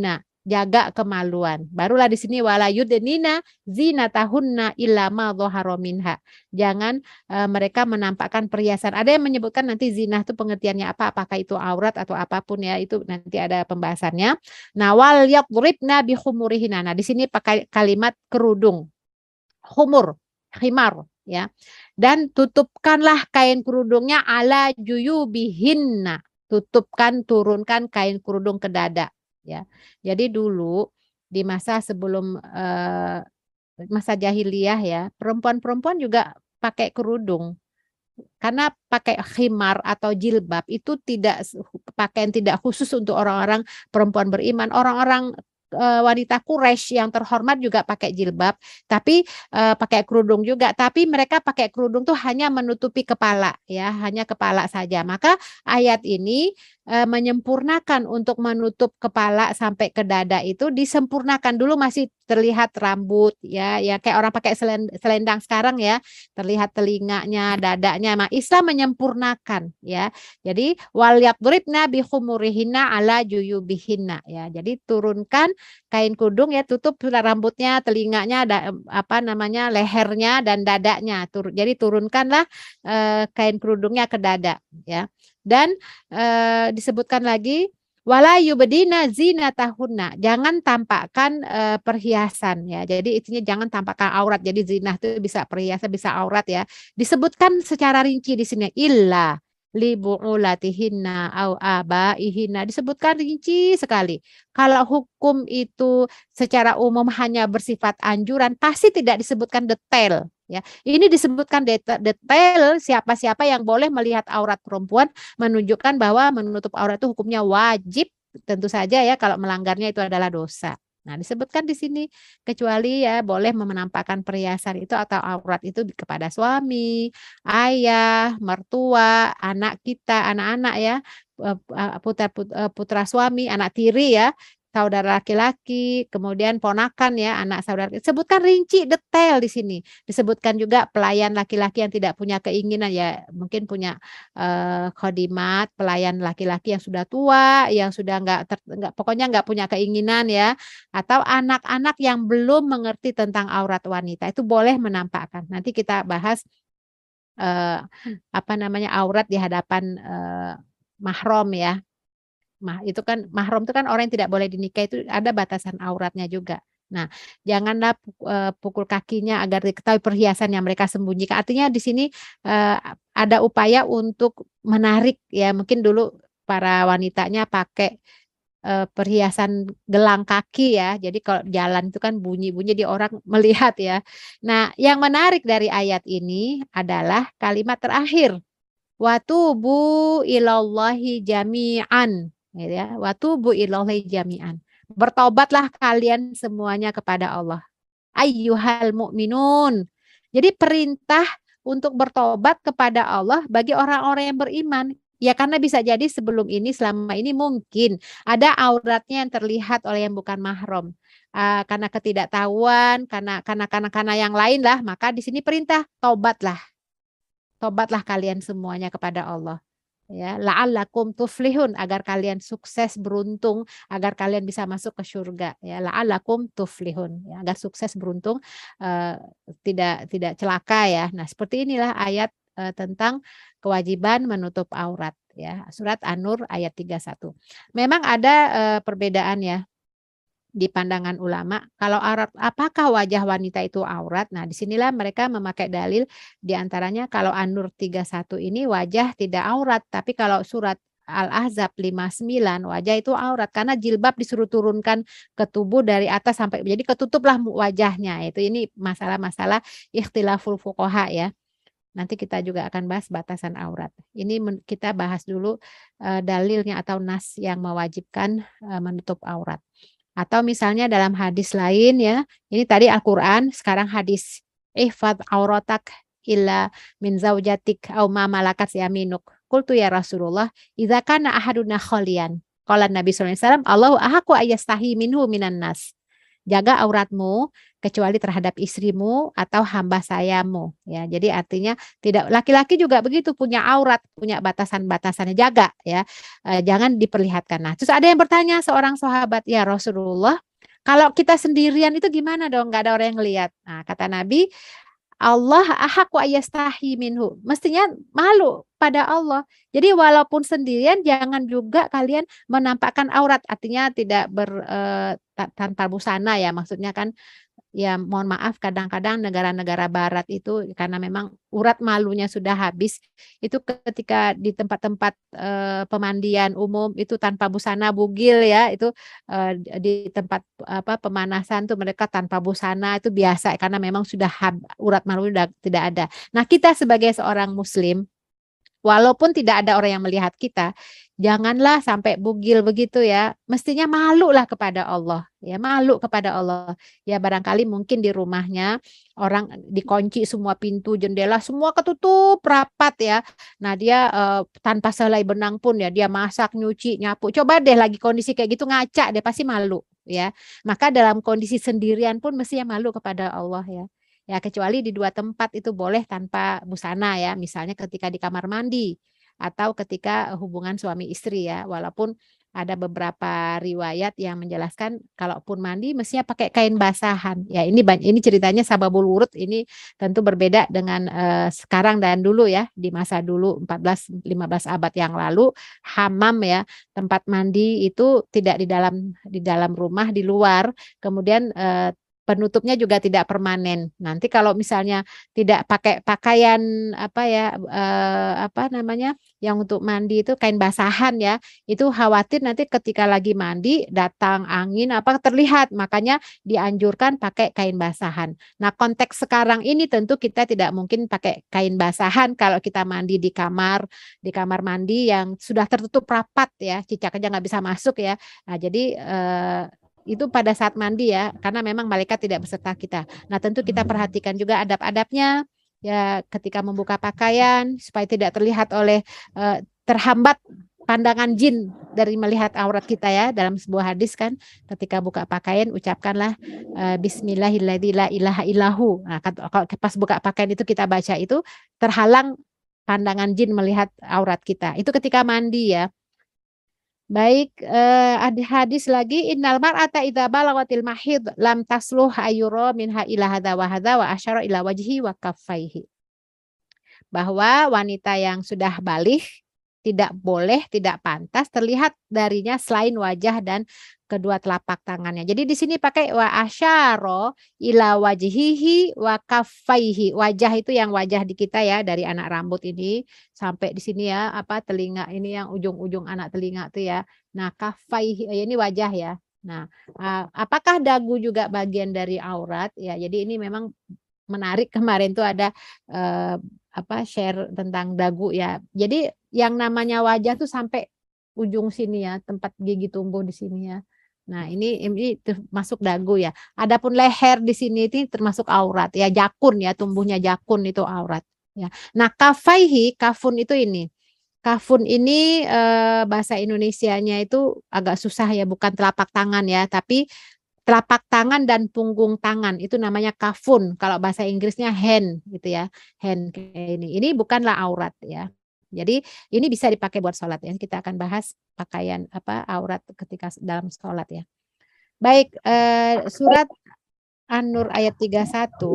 jaga kemaluan. Barulah di sini wala yudnina zinatahunna illa ma dhahara minha. Jangan uh, mereka menampakkan perhiasan. Ada yang menyebutkan nanti zina itu pengertiannya apa? Apakah itu aurat atau apapun ya, itu nanti ada pembahasannya. Nah, wal yadribna bi khumurihinna. Nah, di sini pakai kalimat kerudung. Khumur, khimar ya. Dan tutupkanlah kain kerudungnya ala juyubihinna. Tutupkan, turunkan kain kerudung ke dada. Ya, jadi dulu di masa sebelum uh, masa jahiliyah ya, perempuan-perempuan juga pakai kerudung. Karena pakai khimar atau jilbab itu tidak pakaian tidak khusus untuk orang-orang perempuan beriman, orang-orang uh, wanita Quraisy yang terhormat juga pakai jilbab, tapi uh, pakai kerudung juga, tapi mereka pakai kerudung tuh hanya menutupi kepala ya, hanya kepala saja. Maka ayat ini uh, menyempurnakan untuk menutup kepala sampai ke dada itu disempurnakan. Dulu masih terlihat rambut ya, ya kayak orang pakai selendang sekarang ya, terlihat telinganya, dadanya. Nah, Islam menyempurnakan ya. Jadi wal yadribna bi khumurihinna ala juyubihinna ya. Jadi turunkan kain kudung ya, tutup rambutnya, telinganya, ada apa namanya, lehernya dan dadanya. Tur, jadi turunkanlah eh, kain kerudungnya ke dada ya. Dan eh, disebutkan lagi wala yubdina zinatahunna, jangan tampakkan uh, perhiasan ya. Jadi intinya jangan tampakkan aurat. Jadi zina itu bisa perhiasan, bisa aurat ya. Disebutkan secara rinci di sini illa li bu'ulatihinna au abaihinna, disebutkan rinci sekali. Kalau hukum itu secara umum hanya bersifat anjuran, pasti tidak disebutkan detail ya. Ini disebutkan detail siapa-siapa yang boleh melihat aurat perempuan, menunjukkan bahwa menutup aurat itu hukumnya wajib, tentu saja ya, kalau melanggarnya itu adalah dosa. Nah, disebutkan di sini kecuali ya boleh menampakkan perhiasan itu atau aurat itu kepada suami, ayah, mertua, anak kita, anak-anak ya, putra putra suami, anak tiri ya, saudara laki-laki, kemudian ponakan ya, anak saudara. Disebutkan rinci detail di sini. Disebutkan juga pelayan laki-laki yang tidak punya keinginan ya, mungkin punya uh, khodimat, pelayan laki-laki yang sudah tua, yang sudah enggak, enggak pokoknya enggak punya keinginan ya, atau anak-anak yang belum mengerti tentang aurat wanita, itu boleh menampakkan. Nanti kita bahas uh, apa namanya, aurat di hadapan uh, mahram ya. Mah itu kan mahram itu kan orang yang tidak boleh dinikah, itu ada batasan auratnya juga. Nah, janganlah uh, pukul kakinya agar diketahui perhiasan yang mereka sembunyikan. Artinya di sini uh, ada upaya untuk menarik ya, mungkin dulu para wanitanya pakai uh, perhiasan gelang kaki ya. Jadi kalau jalan itu kan bunyi-bunyi, di orang melihat ya. Nah, yang menarik dari ayat ini adalah kalimat terakhir. Watubu ilallahi jami'an. Gitu ya, watubu ilallahi jami'an. Bertobatlah kalian semuanya kepada Allah. Ayyuhal mu'minun. Jadi perintah untuk bertobat kepada Allah bagi orang-orang yang beriman. Ya karena bisa jadi sebelum ini, selama ini mungkin ada auratnya yang terlihat oleh yang bukan mahram. Uh, karena ketidaktahuan, karena karena karena karena yang lain lah, maka di sini perintah tobatlah. Tobatlah kalian semuanya kepada Allah. Ya, la'allakum tuflihun, agar kalian sukses, beruntung, agar kalian bisa masuk ke surga ya, la'allakum tuflihun ya, agar sukses, beruntung, uh, tidak tidak celaka ya. Nah, seperti inilah ayat uh, tentang kewajiban menutup aurat ya, surat An-Nur ayat tiga puluh satu. Memang ada uh, perbedaan ya di pandangan ulama, kalau aurat, apakah wajah wanita itu aurat? Nah, disinilah mereka memakai dalil, diantaranya kalau An-Nur tiga puluh satu ini wajah tidak aurat, tapi kalau surat Al-Ahzab lima puluh sembilan wajah itu aurat, karena jilbab disuruh turunkan ke tubuh dari atas sampai, jadi ketutuplah wajahnya. Itu ini masalah-masalah ikhtilaful fuqaha ya. Nanti kita juga akan bahas batasan aurat. Ini kita bahas dulu uh, dalilnya atau nas yang mewajibkan uh, menutup aurat. Atau misalnya dalam hadis lain ya, ini tadi Al-Quran, sekarang hadis. Ihfad auratak illa min zaujatik au ma malakat yaminuk. Qultu ya Rasulullah, idza kana ahaduna khalian. Qala Nabi sallallahu alaihi wasallam, Allahu ahaqqu ayyastahi minhu minan nas. jaga auratmu kecuali terhadap istrimu atau hamba sayamu ya. Jadi artinya tidak, laki-laki juga begitu, punya aurat, punya batasan-batasannya, jaga ya. E, jangan diperlihatkan. Nah, terus ada yang bertanya seorang sahabat, ya Rasulullah, kalau kita sendirian itu gimana dong? Nggak ada orang yang ngelihat. Nah, kata Nabi, Allah ahaqu ayastahi minhu. Mestinya malu pada Allah. Jadi walaupun sendirian jangan juga kalian menampakkan aurat, artinya tidak ber eh, tanpa busana ya, maksudnya kan ya mohon maaf kadang-kadang negara-negara barat itu karena memang urat malunya sudah habis, itu ketika di tempat-tempat eh, pemandian umum itu tanpa busana, bugil ya, itu eh, di tempat apa pemanasan tuh mereka tanpa busana, itu biasa karena memang sudah hab, urat malu sudah tidak ada. Nah, kita sebagai seorang muslim, walaupun tidak ada orang yang melihat kita, janganlah sampai bugil begitu ya. Mestinya malulah kepada Allah, ya malu kepada Allah. Ya barangkali mungkin di rumahnya orang dikunci semua pintu, jendela, semua ketutup rapat ya. Nah dia eh, tanpa selai benang pun ya dia masak, nyuci, nyapu. Coba deh lagi kondisi kayak gitu ngaca, dia pasti malu ya. Maka dalam kondisi sendirian pun mestinya malu kepada Allah ya. Ya kecuali di dua tempat itu boleh tanpa busana ya, misalnya ketika di kamar mandi atau ketika hubungan suami istri ya, walaupun ada beberapa riwayat yang menjelaskan kalaupun mandi mestinya pakai kain basahan. Ya ini ini ceritanya sababul wurud, ini tentu berbeda dengan eh, sekarang dan dulu ya, di masa dulu empat belas lima belas abad yang lalu hammam ya, tempat mandi itu tidak di dalam di dalam rumah, di luar. Kemudian eh, penutupnya juga tidak permanen. Nanti kalau misalnya tidak pakai pakaian apa ya eh, apa namanya yang untuk mandi itu kain basahan ya, itu khawatir nanti ketika lagi mandi datang angin apa terlihat, makanya dianjurkan pakai kain basahan. Nah, konteks sekarang ini tentu kita tidak mungkin pakai kain basahan kalau kita mandi di kamar di kamar mandi yang sudah tertutup rapat ya, cicak aja nggak bisa masuk ya. Nah, jadi eh, itu pada saat mandi ya, karena memang malaikat tidak beserta kita. Nah, tentu kita perhatikan juga adab-adabnya ya ketika membuka pakaian supaya tidak terlihat oleh eh, terhambat pandangan jin dari melihat aurat kita ya. Dalam sebuah hadis kan ketika buka pakaian ucapkanlah eh, bismillahirrahmanirrahim la ilaha illahu. Nah, kalau pas buka pakaian itu kita baca itu terhalang pandangan jin melihat aurat kita. Itu ketika mandi ya. Baik, eh, ada hadis lagi, innal mar'ata idza balagatil mahid lam tasluh ayura minha ila hadza wa hadza wa asyara ila wajhi wa kaffaihi. Bahwa wanita yang sudah baligh tidak boleh, tidak pantas terlihat darinya selain wajah dan kedua telapak tangannya. Jadi di sini pakai wa asyara ila wajhihi wa kaffaihi. Wajah itu yang wajah di kita ya, dari anak rambut ini sampai di sini ya, apa telinga ini yang ujung-ujung anak telinga itu ya. Nah, kaffaihi ini wajah ya. Nah, apakah dagu juga bagian dari aurat ya? Jadi ini memang menarik, kemarin tuh ada eh, apa share tentang dagu ya. Jadi yang namanya wajah tuh sampai ujung sini ya, tempat gigi tumbuh di sini ya. Nah, ini ini masuk dagu ya. Adapun leher di sini itu termasuk aurat ya, jakun ya, tumbuhnya jakun itu aurat ya. Nah, kafaihi, kafun itu ini. Kafun ini eh, bahasa Indonesianya itu agak susah ya, bukan telapak tangan ya, tapi telapak tangan dan punggung tangan itu namanya kafun. Kalau bahasa Inggrisnya hand gitu ya, hand kayak ini. Ini bukanlah aurat ya. Jadi ini bisa dipakai buat sholat ya. Kita akan bahas pakaian apa aurat ketika dalam sholat ya. Baik, eh, surat An-Nur ayat tiga puluh satu.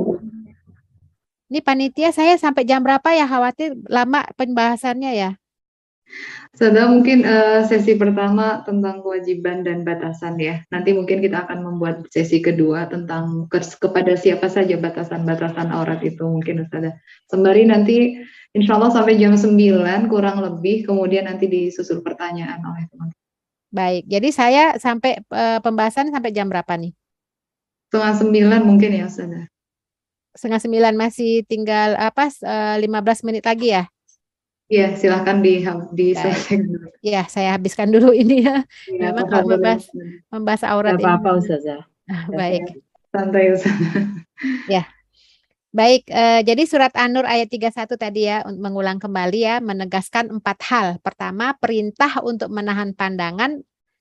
Ini panitia saya sampai jam berapa ya? Khawatir lama pembahasannya ya. Saudara mungkin uh, sesi pertama tentang kewajiban dan batasan ya. Nanti mungkin kita akan membuat sesi kedua tentang ke kepada siapa saja batasan-batasan aurat itu mungkin Ustazah. Sembari nanti insya Allah sampai jam sembilan kurang lebih, kemudian nanti disusul pertanyaan oleh teman-teman. Baik, jadi saya sampai uh, pembahasan sampai jam berapa nih? Setengah sembilan mungkin ya Ustazah. Setengah sembilan masih tinggal apa uh, lima belas menit lagi ya? Iya, silahkan di diselesaikan dulu. Iya, saya habiskan dulu ini ya. ya Memang kalau membahas, membahas aurat ini. Apa-apa Ustazah. Baik. Santai Ustazah. Ya. Baik, eh, jadi surat An-Nur ayat tiga puluh satu tadi ya, mengulang kembali ya, menegaskan empat hal. Pertama, perintah untuk menahan pandangan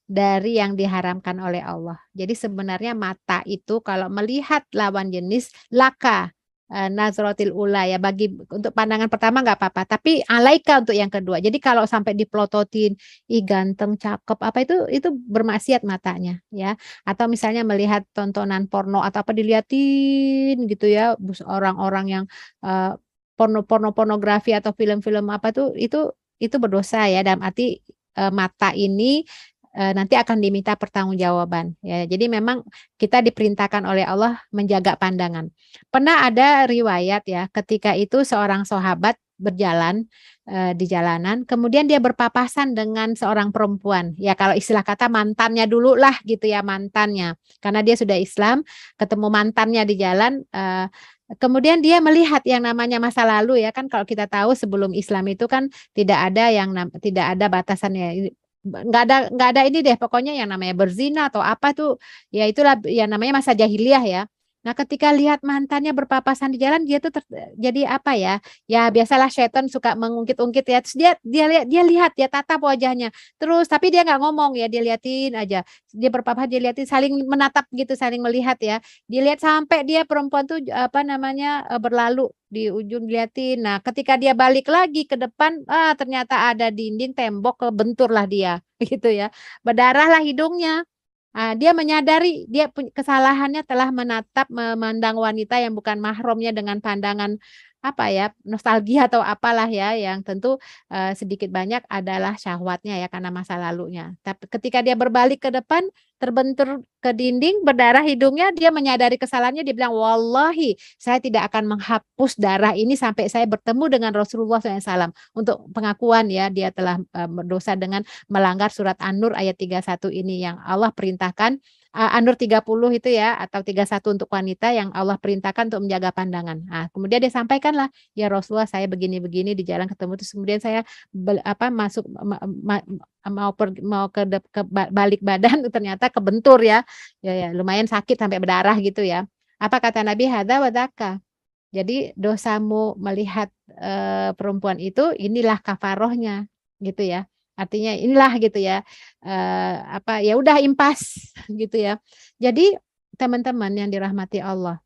dari yang diharamkan oleh Allah. Jadi sebenarnya mata itu kalau melihat lawan jenis laka eh, nazrotil ula ya, bagi untuk pandangan pertama nggak apa-apa, tapi alaika untuk yang kedua. Jadi kalau sampai dipelototin, ih ganteng, cakep, apa itu itu bermaksiat matanya ya. Atau misalnya melihat tontonan porno atau apa diliatin gitu ya, bus- orang-orang yang eh, porno porno pornografi atau film-film apa tuh itu itu berdosa ya, dalam arti eh, mata ini eh, nanti akan diminta pertanggungjawaban ya. Jadi memang kita diperintahkan oleh Allah menjaga pandangan. Pernah ada riwayat ya, ketika itu seorang sahabat berjalan eh, di jalanan, kemudian dia berpapasan dengan seorang perempuan. Ya kalau istilah kata mantannya dulu lah gitu ya, mantannya. Karena dia sudah Islam, ketemu mantannya di jalan, eh, kemudian dia melihat yang namanya masa lalu ya, kan kalau kita tahu sebelum Islam itu kan tidak ada yang nam- tidak ada batasannya, nggak ada nggak ada ini deh, pokoknya yang namanya berzina atau apa tuh ya, itulah yang namanya masa jahiliyah ya. Nah ketika lihat mantannya berpapasan di jalan, dia tuh ter- jadi apa ya, ya biasalah setan suka mengungkit-ungkit ya, terus dia dia lihat dia lihat dia tatap wajahnya terus, tapi dia nggak ngomong ya, dia liatin aja, dia berpapasan, dia liatin, saling menatap gitu, saling melihat ya, dilihat sampai dia perempuan tuh apa namanya eh, berlalu di ujung, diliatin. Nah ketika dia balik lagi ke depan, ah ternyata ada dinding tembok, kebenturlah dia gitu ya, berdarahlah hidungnya. Ah, dia menyadari dia punya kesalahannya, telah menatap memandang wanita yang bukan mahramnya dengan pandangan apa ya, nostalgia atau apalah ya, yang tentu eh, sedikit banyak adalah syahwatnya ya, karena masa lalunya. Tapi ketika dia berbalik ke depan, terbentur ke dinding, berdarah hidungnya, dia menyadari kesalahannya, dia bilang, wallahi saya tidak akan menghapus darah ini sampai saya bertemu dengan Rasulullah shallallahu alaihi wasallam, untuk pengakuan ya, dia telah eh, berdosa dengan melanggar surat An-Nur ayat tiga puluh satu ini, yang Allah perintahkan, uh, An-Nur tiga puluh itu ya, atau tiga puluh satu untuk wanita, yang Allah perintahkan untuk menjaga pandangan. Nah, kemudian dia sampaikanlah, ya Rasulullah saya begini-begini di jalan ketemu, terus kemudian saya bel- apa masuk ma- ma- mau per, mau ke, de- ke ba- balik badan ternyata kebentur ya. Ya ya lumayan sakit sampai berdarah gitu ya. Apa kata Nabi, hadza wadaka. Jadi dosamu melihat eh, perempuan itu, inilah kafarohnya gitu ya. Artinya inilah gitu ya. eh, apa ya udah impas gitu ya. Jadi teman-teman yang dirahmati Allah,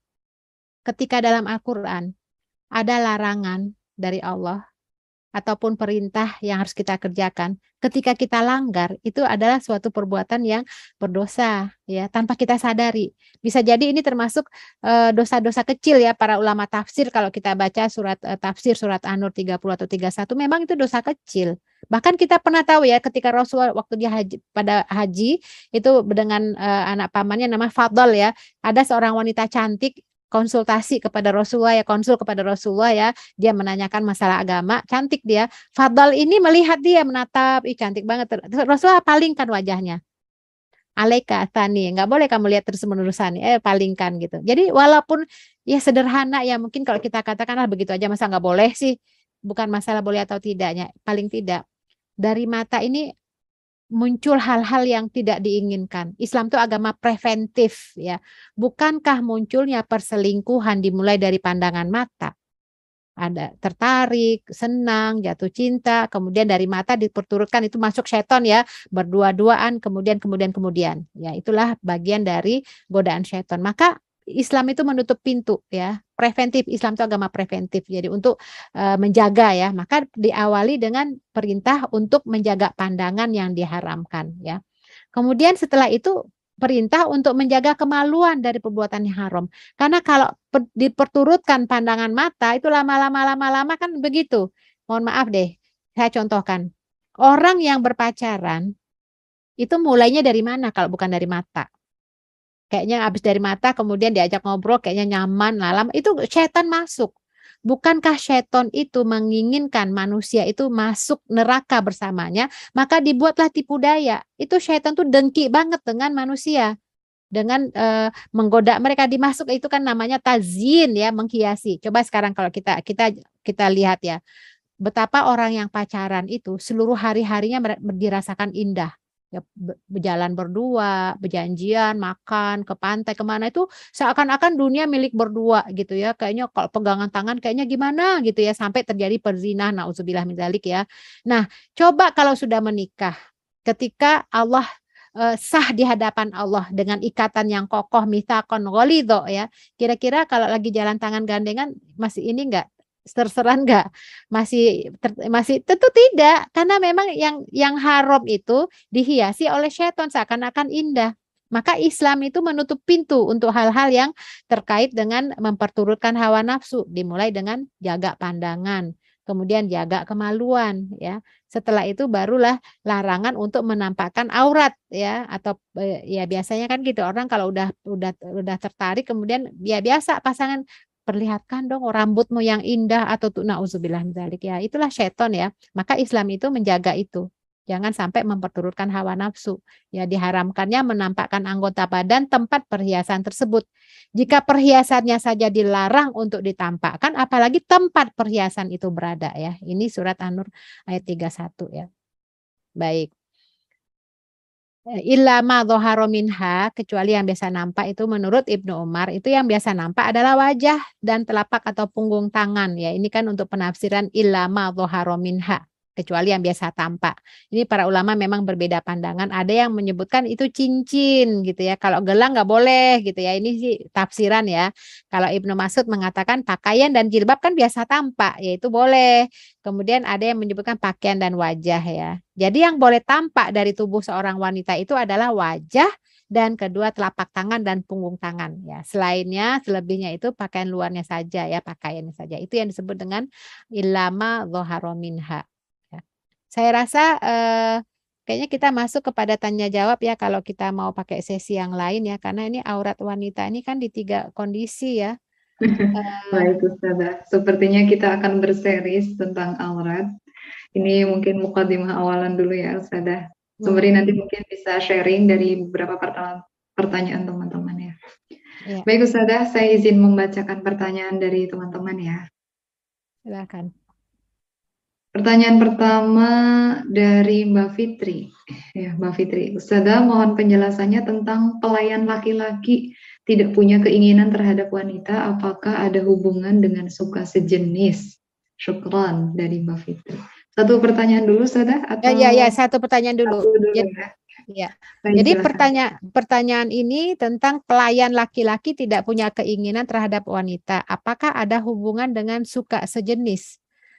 ketika dalam Al-Qur'an ada larangan dari Allah ataupun perintah yang harus kita kerjakan, ketika kita langgar itu adalah suatu perbuatan yang berdosa ya, tanpa kita sadari. Bisa jadi ini termasuk eh, dosa-dosa kecil ya, para ulama tafsir kalau kita baca surat eh, tafsir surat An-Nur tiga puluh atau tiga puluh satu, memang itu dosa kecil. Bahkan kita pernah tahu ya, ketika Rasulullah waktu dia haji, pada haji itu dengan eh, anak pamannya nama Fadl ya, ada seorang wanita cantik konsultasi kepada Rasulullah ya, konsul kepada Rasulullah ya, dia menanyakan masalah agama, cantik dia. Fadl ini melihat dia, menatap, ih cantik banget. Rasulullah palingkan wajahnya. Alaika tani, nggak boleh kamu lihat terus menerusan, eh palingkan gitu. Jadi walaupun ya sederhana ya, mungkin kalau kita katakanlah begitu aja, masa nggak boleh sih? Bukan masalah boleh atau tidaknya, paling tidak dari mata ini muncul hal-hal yang tidak diinginkan. Islam itu agama preventif ya. Bukankah munculnya perselingkuhan dimulai dari pandangan mata? Ada tertarik, senang, jatuh cinta, kemudian dari mata diperturutkan itu masuk setan ya, berdua-duaan, kemudian kemudian kemudian. Ya, itulah bagian dari godaan setan. Maka Islam itu menutup pintu ya. Preventif, Islam itu agama preventif. Jadi untuk uh, menjaga ya, maka diawali dengan perintah untuk menjaga pandangan yang diharamkan ya. Kemudian setelah itu perintah untuk menjaga kemaluan dari perbuatan yang haram. Karena kalau per, diperturutkan pandangan mata itu lama-lama lama-lama kan begitu. Mohon maaf deh, saya contohkan. Orang yang berpacaran itu mulainya dari mana kalau bukan dari mata? Kayaknya habis dari mata kemudian diajak ngobrol kayaknya nyaman lah, lama itu setan masuk. Bukankah setan itu menginginkan manusia itu masuk neraka bersamanya, maka dibuatlah tipu daya. Itu setan tuh dengki banget dengan manusia, dengan eh, menggoda mereka dimasuk, itu kan namanya tazyin ya, menghiasi. Coba sekarang kalau kita kita kita lihat ya, betapa orang yang pacaran itu seluruh hari-harinya dirasakan indah. Ya, berjalan berdua, berjanjian, makan, ke pantai, kemana itu seakan-akan dunia milik berdua gitu ya. Kayaknya kalau pegangan tangan kayaknya gimana gitu ya, sampai terjadi perzinahan, nauzubillah min dzalik ya. Nah, coba kalau sudah menikah, ketika Allah uh, sah di hadapan Allah dengan ikatan yang kokoh, mitsaqan ghalidho ya. Kira-kira kalau lagi jalan tangan gandengan masih ini enggak? Serseran enggak? Masih ter, masih tentu tidak, karena memang yang yang haram itu dihiasi oleh syaitan seakan-akan indah. Maka Islam itu menutup pintu untuk hal-hal yang terkait dengan memperturutkan hawa nafsu, dimulai dengan jaga pandangan, kemudian jaga kemaluan ya. Setelah itu barulah larangan untuk menampakkan aurat ya, atau ya biasanya kan gitu, orang kalau udah udah udah tertarik kemudian ya biasa pasangan perlihatkan dong rambutmu yang indah atau tuh nauzubillah min dzalik ya. Itulah syaitan ya. Maka Islam itu menjaga itu. Jangan sampai memperturutkan hawa nafsu. Ya, diharamkannya menampakkan anggota badan tempat perhiasan tersebut. Jika perhiasannya saja dilarang untuk ditampakkan, apalagi tempat perhiasan itu berada ya. Ini surat An-Nur ayat tiga puluh satu ya. Baik. Illa ma dhahara minha, kecuali yang biasa nampak itu menurut Ibnu Umar, itu yang biasa nampak adalah wajah dan telapak atau punggung tangan ya. Ini kan untuk penafsiran illa ma dhahara minha, kecuali yang biasa tampak. Ini para ulama memang berbeda pandangan. Ada yang menyebutkan itu cincin gitu ya. Kalau gelang nggak boleh gitu ya. Ini sih tafsiran ya. Kalau Ibnu Mas'ud mengatakan pakaian dan jilbab kan biasa tampak, yaitu boleh. Kemudian ada yang menyebutkan pakaian dan wajah ya. Jadi yang boleh tampak dari tubuh seorang wanita itu adalah wajah dan kedua telapak tangan dan punggung tangan ya. Selainnya, selebihnya itu pakaian luarnya saja ya, pakaiannya saja. Itu yang disebut dengan illama dhahara minha. Saya rasa eh, kayaknya kita masuk kepada tanya jawab ya kalau kita mau pakai sesi yang lain ya, karena ini aurat wanita ini kan di tiga kondisi ya. Baik Ustazah, sepertinya kita akan berseris tentang aurat. Ini mungkin mukadimah awalan dulu ya Ustazah. Sembari nanti mungkin bisa sharing dari beberapa pertanyaan, pertanyaan teman-teman ya. Ya. Baik Ustazah, saya izin membacakan pertanyaan dari teman-teman ya. Silakan. Pertanyaan pertama dari Mbak Fitri. Ya, Mbak Fitri. Ustazah, mohon penjelasannya tentang pelayan laki-laki tidak punya keinginan terhadap wanita, apakah ada hubungan dengan suka sejenis? Syukran dari Mbak Fitri. Satu pertanyaan dulu, Ustazah? Atau... Ya, ya, ya, satu pertanyaan dulu. Satu dulu ya. ya. Ya. Baik, Jadi silakan. pertanyaan pertanyaan ini tentang pelayan laki-laki tidak punya keinginan terhadap wanita. Apakah ada hubungan dengan suka sejenis?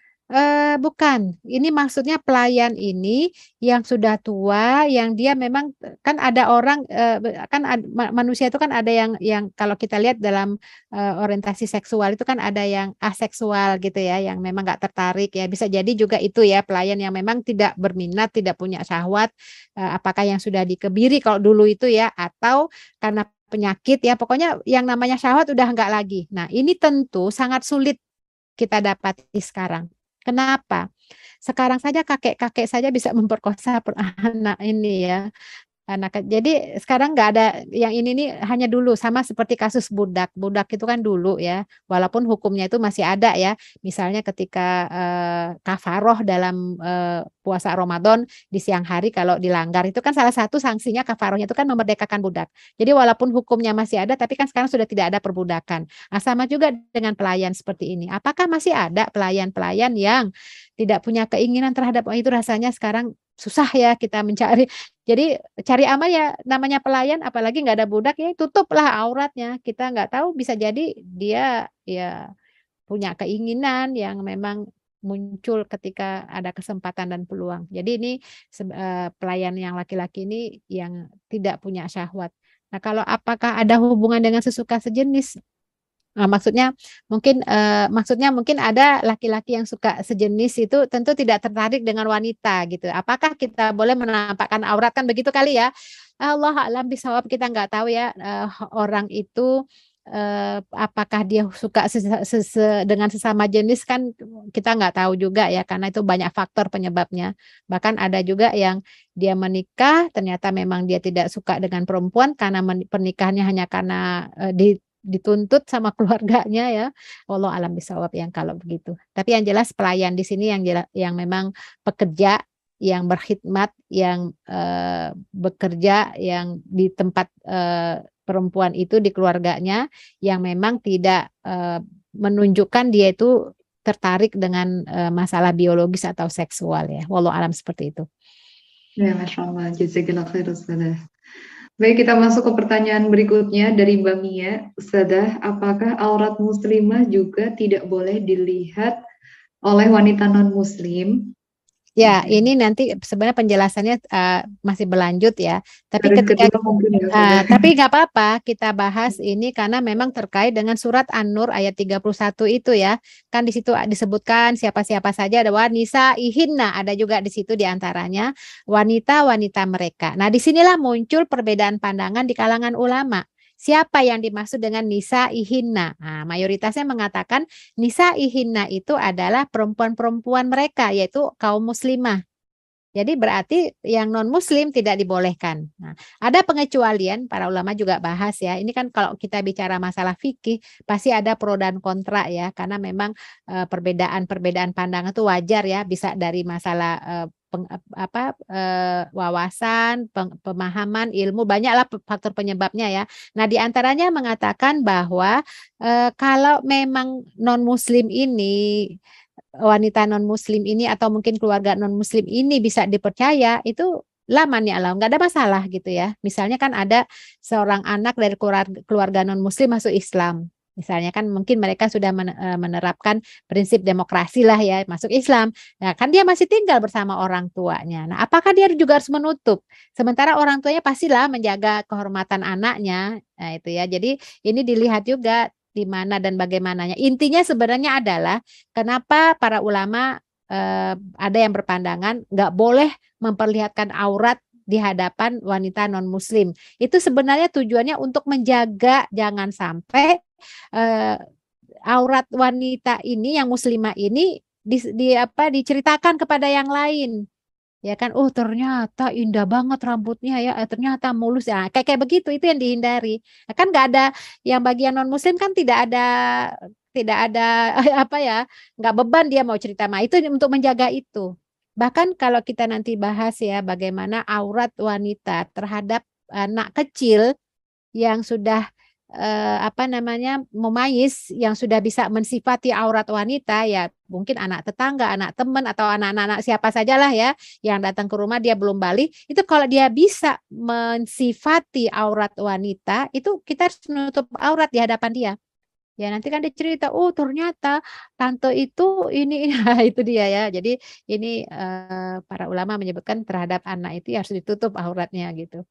Eh, bukan, ini maksudnya pelayan ini yang sudah tua, yang dia memang kan ada orang eh, kan ad, manusia itu kan ada yang yang kalau kita lihat dalam eh, orientasi seksual itu kan ada yang aseksual gitu ya, yang memang nggak tertarik ya, bisa jadi juga itu ya pelayan yang memang tidak berminat, tidak punya syahwat, eh, apakah yang sudah dikebiri kalau dulu itu ya, atau karena penyakit ya, pokoknya yang namanya syahwat udah nggak lagi. Nah ini tentu sangat sulit kita dapati sekarang. Kenapa? Sekarang saja kakek-kakek saja bisa memperkosa anak ini ya. Anak, jadi sekarang nggak ada yang ini nih, hanya dulu sama seperti kasus budak. Budak itu kan dulu ya, walaupun hukumnya itu masih ada ya. Misalnya ketika eh, kafaroh dalam eh, puasa Ramadan di siang hari kalau dilanggar itu kan salah satu sanksinya kafarohnya itu kan memerdekakan budak. Jadi walaupun hukumnya masih ada, tapi kan sekarang sudah tidak ada perbudakan. Nah, sama juga dengan pelayan seperti ini. Apakah masih ada pelayan-pelayan yang tidak punya keinginan terhadap oh, itu rasanya sekarang susah ya kita mencari. Jadi cari aman ya namanya pelayan, apalagi nggak ada budak ya tutuplah auratnya. Kita nggak tahu, bisa jadi dia ya punya keinginan yang memang muncul ketika ada kesempatan dan peluang. Jadi ini uh, pelayan yang laki-laki ini yang tidak punya syahwat. Nah kalau apakah ada hubungan dengan sesuka sejenis? Nah, maksudnya mungkin eh, maksudnya mungkin ada laki-laki yang suka sejenis itu tentu tidak tertarik dengan wanita gitu. Apakah kita boleh menampakkan aurat, kan begitu kali ya? Allah alam bisawab, kita nggak tahu ya eh, orang itu eh, apakah dia suka sesa, sesa, dengan sesama jenis, kan kita nggak tahu juga ya, karena itu banyak faktor penyebabnya. Bahkan ada juga yang dia menikah ternyata memang dia tidak suka dengan perempuan karena pernikahannya hanya karena eh, di dituntut sama keluarganya ya. Wallahu alam bisawab yang kalau begitu. Tapi yang jelas pelayan di sini yang jelas, yang memang pekerja, yang berkhidmat, yang eh, bekerja yang di tempat eh, perempuan itu di keluarganya, yang memang tidak eh, menunjukkan dia itu tertarik dengan eh, masalah biologis atau seksual ya. Wallahu alam seperti itu. Ya, Masya Allah. Jazakallah khair, Ustazah. Baik, kita masuk ke pertanyaan berikutnya dari Mbak Mia. Ustazah, apakah aurat muslimah juga tidak boleh dilihat oleh wanita non-muslim? Ya, Oke. ini nanti sebenarnya penjelasannya uh, masih berlanjut ya. Tapi Baris ketika kedua mungkin ya, uh, Ustazah. tapi nggak apa-apa kita bahas ini karena memang terkait dengan surat An-Nur ayat tiga puluh satu itu ya. Kan di situ disebutkan siapa-siapa saja ada wanisa ihinna, ada juga di situ diantaranya wanita-wanita mereka. Nah, disinilah muncul perbedaan pandangan di kalangan ulama. Siapa yang dimaksud dengan nisa ihinna? Nah, mayoritasnya mengatakan nisa ihinna itu adalah perempuan-perempuan mereka, yaitu kaum muslimah. Jadi berarti yang non-muslim tidak dibolehkan. Nah, ada pengecualian, para ulama juga bahas ya. Ini kan kalau kita bicara masalah fikih, pasti ada pro dan kontra ya. Karena memang eh, perbedaan-perbedaan pandangan itu wajar ya. Bisa dari masalah eh, peng, apa eh, wawasan, peng, pemahaman, ilmu, banyaklah faktor penyebabnya ya. Nah, diantaranya mengatakan bahwa eh, kalau memang non-muslim ini wanita non muslim ini atau mungkin keluarga non muslim ini bisa dipercaya, itu laman ya Allah, nggak ada masalah gitu ya. Misalnya kan ada seorang anak dari keluarga, keluarga non muslim masuk Islam. Misalnya kan mungkin mereka sudah menerapkan prinsip demokrasi lah ya, masuk Islam. Nah, kan dia masih tinggal bersama orang tuanya. Nah, apakah dia juga harus menutup? Sementara orang tuanya pastilah menjaga kehormatan anaknya. Nah, itu ya. Jadi ini dilihat juga di mana dan bagaimananya. Intinya sebenarnya adalah kenapa para ulama eh, ada yang berpandangan nggak boleh memperlihatkan aurat di hadapan wanita non-muslim. Itu sebenarnya tujuannya untuk menjaga jangan sampai eh, aurat wanita ini yang muslimah ini di, di apa diceritakan kepada yang lain. Ya kan, oh ternyata indah banget rambutnya ya, eh, ternyata mulus ya, kayak kayak begitu itu yang dihindari. Nah, kan nggak ada yang bagian non muslim kan tidak ada tidak ada apa ya, nggak beban dia mau cerita mah itu untuk menjaga itu. Bahkan kalau kita nanti bahas ya bagaimana aurat wanita terhadap anak kecil yang sudah eh, apa namanya memayis yang sudah bisa mensifati aurat wanita ya mungkin anak tetangga, anak teman atau anak-anak siapa sajalah ya yang datang ke rumah dia belum balik itu kalau dia bisa mensifati aurat wanita itu kita harus menutup aurat di hadapan dia. Ya nanti kan dia cerita, oh ternyata tante itu ini, nah, itu dia ya. Jadi ini eh, para ulama menyebutkan terhadap anak itu ya harus ditutup auratnya gitu.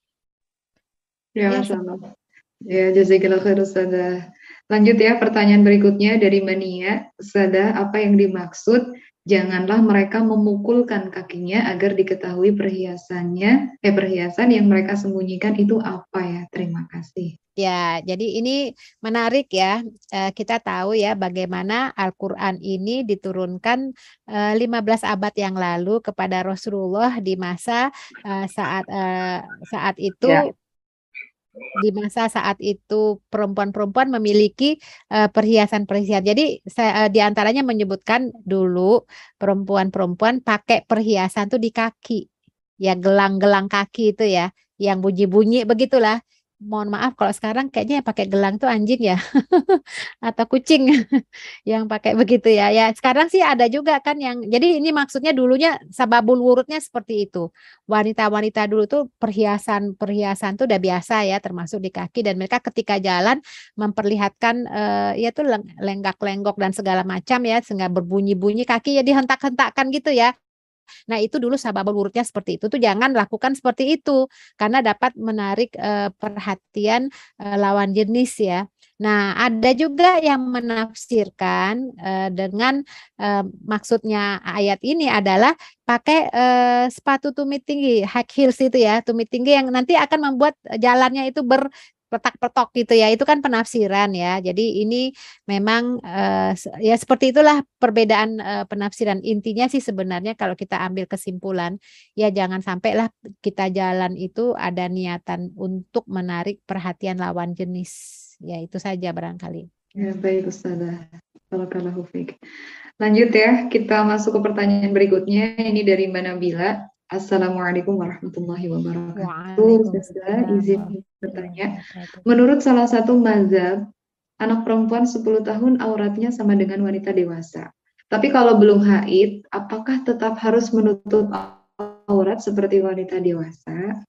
Ya, Ya, Masya Allah. Ya, jazakallah khair, Ustazah. Lanjut ya, pertanyaan berikutnya dari Mania. Ustazah, apa yang dimaksud? Janganlah mereka memukulkan kakinya agar diketahui perhiasannya, eh perhiasan yang mereka sembunyikan itu apa ya? Terima kasih. Ya, jadi ini menarik ya. Eh, kita tahu ya bagaimana Al-Quran ini diturunkan eh, lima belas abad yang lalu kepada Rasulullah di masa eh, saat eh, saat itu Ya. di masa saat itu perempuan-perempuan memiliki eh, perhiasan-perhiasan. Jadi saya eh, di antaranya menyebutkan dulu perempuan-perempuan pakai perhiasan tuh di kaki. Ya gelang-gelang kaki itu ya, yang bunyi-bunyi begitulah. Mohon maaf kalau sekarang kayaknya yang pakai gelang tuh anjing ya atau kucing yang pakai begitu ya. Ya sekarang sih ada juga kan yang jadi ini maksudnya dulunya sababul wurudnya seperti itu. Wanita-wanita dulu tuh perhiasan-perhiasan tuh udah biasa ya termasuk di kaki dan mereka ketika jalan memperlihatkan eh, ya tuh leng- lenggak-lenggok dan segala macam ya sehingga berbunyi-bunyi kaki ya dihentak-hentakkan gitu ya. Nah, itu dulu sababul wurudnya seperti itu tuh jangan lakukan seperti itu karena dapat menarik eh, perhatian eh, lawan jenis ya. Nah, ada juga yang menafsirkan eh, dengan eh, maksudnya ayat ini adalah pakai eh, sepatu tumit tinggi, high heels itu ya, tumit tinggi yang nanti akan membuat jalannya itu berpetak-petok gitu ya. Itu kan penafsiran ya. Jadi ini memang eh, ya seperti itulah perbedaan eh, penafsiran. Intinya sih sebenarnya kalau kita ambil kesimpulan, ya jangan sampailah kita jalan itu ada niatan untuk menarik perhatian lawan jenis. Ya itu saja barangkali. Ya, baik Ustazah. Barakallahu fiik. Lanjut ya, kita masuk ke pertanyaan berikutnya. Ini dari Mbak Nabila. Assalamualaikum warahmatullahi wabarakatuh. Ustazah, izin bertanya. Menurut salah satu mazhab, anak perempuan sepuluh tahun auratnya sama dengan wanita dewasa. Tapi kalau belum haid, apakah tetap harus menutup aurat seperti wanita dewasa?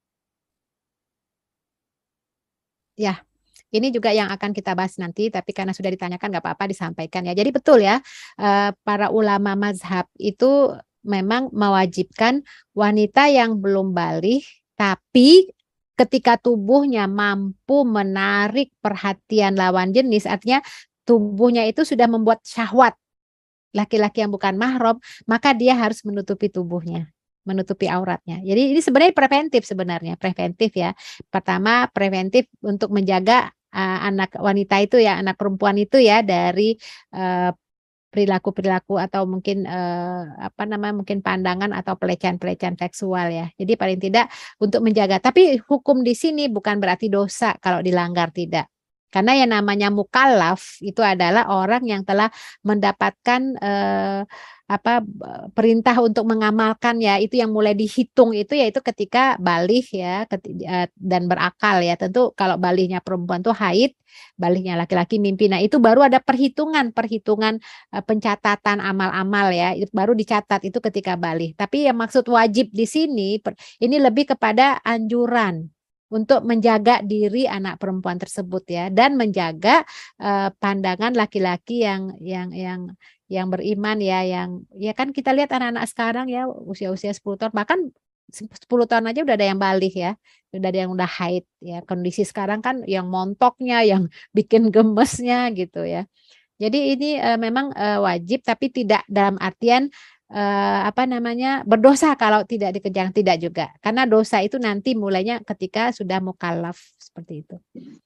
Ya, ini juga yang akan kita bahas nanti, tapi karena sudah ditanyakan nggak apa-apa disampaikan ya. Jadi betul ya, eh, para ulama mazhab itu memang mewajibkan wanita yang belum balik, tapi ketika tubuhnya mampu menarik perhatian lawan jenis, artinya tubuhnya itu sudah membuat syahwat laki-laki yang bukan mahram, maka dia harus menutupi tubuhnya, menutupi auratnya. Jadi ini sebenarnya preventif sebenarnya, preventif ya. Pertama preventif untuk menjaga uh, anak wanita itu ya, anak perempuan itu ya dari uh, perilaku-perilaku atau mungkin uh, apa namanya mungkin pandangan atau pelecehan-pelecehan seksual ya. Jadi paling tidak untuk menjaga. Tapi hukum di sini bukan berarti dosa kalau dilanggar, tidak. Karena yang namanya mukallaf itu adalah orang yang telah mendapatkan eh, apa perintah untuk mengamalkan ya, itu yang mulai dihitung itu yaitu ketika balik ya keti- eh, dan berakal ya. Tentu kalau baliknya perempuan tuh haid, baliknya laki-laki mimpi. Nah, itu baru ada perhitungan perhitungan eh, pencatatan amal-amal ya. Itu baru dicatat itu ketika balik. Tapi yang maksud wajib di sini per- ini lebih kepada anjuran untuk menjaga diri anak perempuan tersebut ya, dan menjaga uh, pandangan laki-laki yang yang yang yang beriman ya, yang ya kan kita lihat anak-anak sekarang ya usia-usia sepuluh tahun, bahkan sepuluh tahun aja udah ada yang balik ya, udah ada yang udah haid ya. Kondisi sekarang kan yang montoknya, yang bikin gemesnya gitu ya. Jadi ini uh, memang uh, wajib, tapi tidak dalam artian uh, apa namanya berdosa kalau tidak dikejar, tidak juga. Karena dosa itu nanti mulainya ketika sudah mukallaf seperti itu.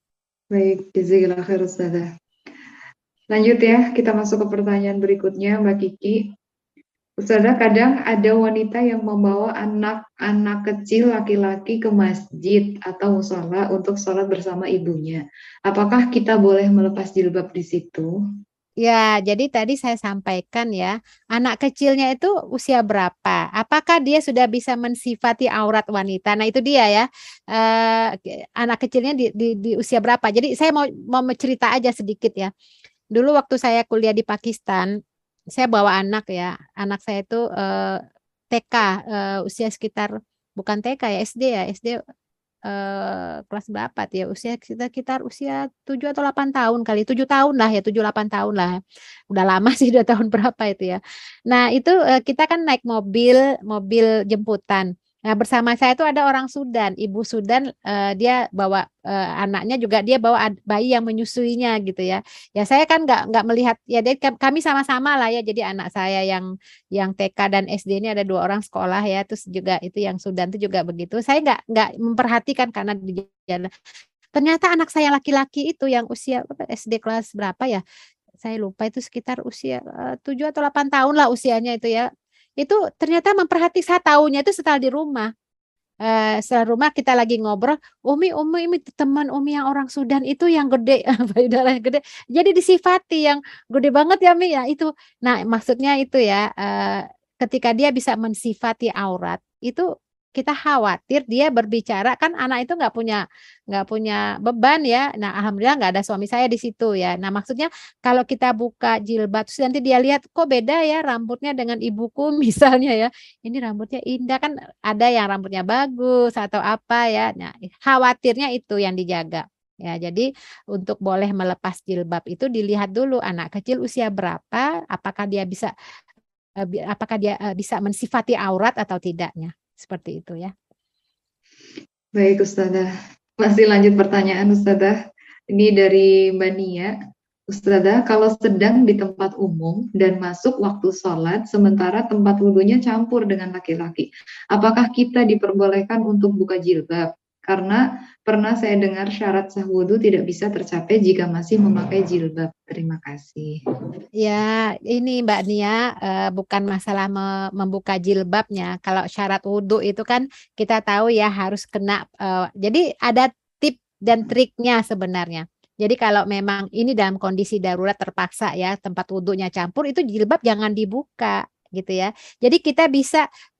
Baik, jazakallah khair Ustazah. Lanjut ya, kita masuk ke pertanyaan berikutnya Mbak Kiki. Ustazah, kadang ada wanita yang membawa anak-anak kecil laki-laki ke masjid atau musola untuk sholat bersama ibunya. Apakah kita boleh melepas jilbab di situ? Ya, jadi tadi saya sampaikan ya, anak kecilnya itu usia berapa? Apakah dia sudah bisa mensifati aurat wanita? Nah, itu dia ya. Eh, anak kecilnya di, di, di usia berapa? Jadi saya mau mau cerita aja sedikit ya. Dulu waktu saya kuliah di Pakistan, saya bawa anak ya. Anak saya itu eh, T K, eh, usia sekitar bukan T K ya, S D ya, S D eh, kelas berapa tuh ya, usia kita sekitar usia tujuh atau delapan tahun kali, tujuh tahun lah ya, tujuh delapan tahun lah. Udah lama sih, udah tahun berapa itu ya. Nah, itu eh, kita kan naik mobil, mobil jemputan. Nah, bersama saya itu ada orang Sudan, ibu Sudan, eh, dia bawa eh, anaknya juga, dia bawa ad- bayi yang menyusuinya gitu ya. Ya saya kan nggak nggak melihat ya, dia, kami sama-sama lah ya. Jadi anak saya yang yang T K dan S D ini ada dua orang sekolah ya, terus juga itu yang Sudan itu juga begitu. Saya nggak nggak memperhatikan karena di jalan. Ternyata anak saya laki-laki itu yang usia apa, S D kelas berapa ya? Saya lupa, itu sekitar usia eh, tujuh atau delapan tahun lah usianya itu ya. Itu ternyata memperhati, saya tahunya itu setelah di rumah. Eh, setelah rumah kita lagi ngobrol, Umi, Umi, ini teman Umi yang orang Sudan itu yang gede, payudaranya gede. Jadi disifati yang gede banget ya Mi ya itu. Nah, maksudnya itu ya, eh, ketika dia bisa mensifati aurat, itu kita khawatir dia berbicara, kan anak itu nggak punya nggak punya beban ya. Nah, alhamdulillah nggak ada suami saya di situ ya. Nah, maksudnya kalau kita buka jilbab terus nanti dia lihat kok beda ya rambutnya dengan ibuku misalnya ya. Ini rambutnya indah kan, ada yang rambutnya bagus atau apa ya. Nah, khawatirnya itu yang dijaga. Ya, jadi untuk boleh melepas jilbab itu dilihat dulu anak kecil usia berapa, apakah dia bisa eh, bi- apakah dia eh, bisa mensifati aurat atau tidaknya. Seperti itu ya. Baik Ustazah, masih lanjut pertanyaan Ustazah. Ini dari Mbak Nia. Ustazah, kalau sedang di tempat umum dan masuk waktu sholat, sementara tempat wudhunya campur dengan laki-laki, apakah kita diperbolehkan untuk buka jilbab? Karena pernah saya dengar syarat sah wudhu tidak bisa tercapai jika masih memakai jilbab. Terima kasih. Ya, ini Mbak Nia, eh, bukan masalah me- membuka jilbabnya. Kalau syarat wudhu itu kan kita tahu ya harus kena. eh, jadi ada tip dan triknya sebenarnya. Jadi kalau memang ini dalam kondisi darurat terpaksa ya tempat wudhunya campur, itu jilbab jangan dibuka gitu ya. Jadi kita bisa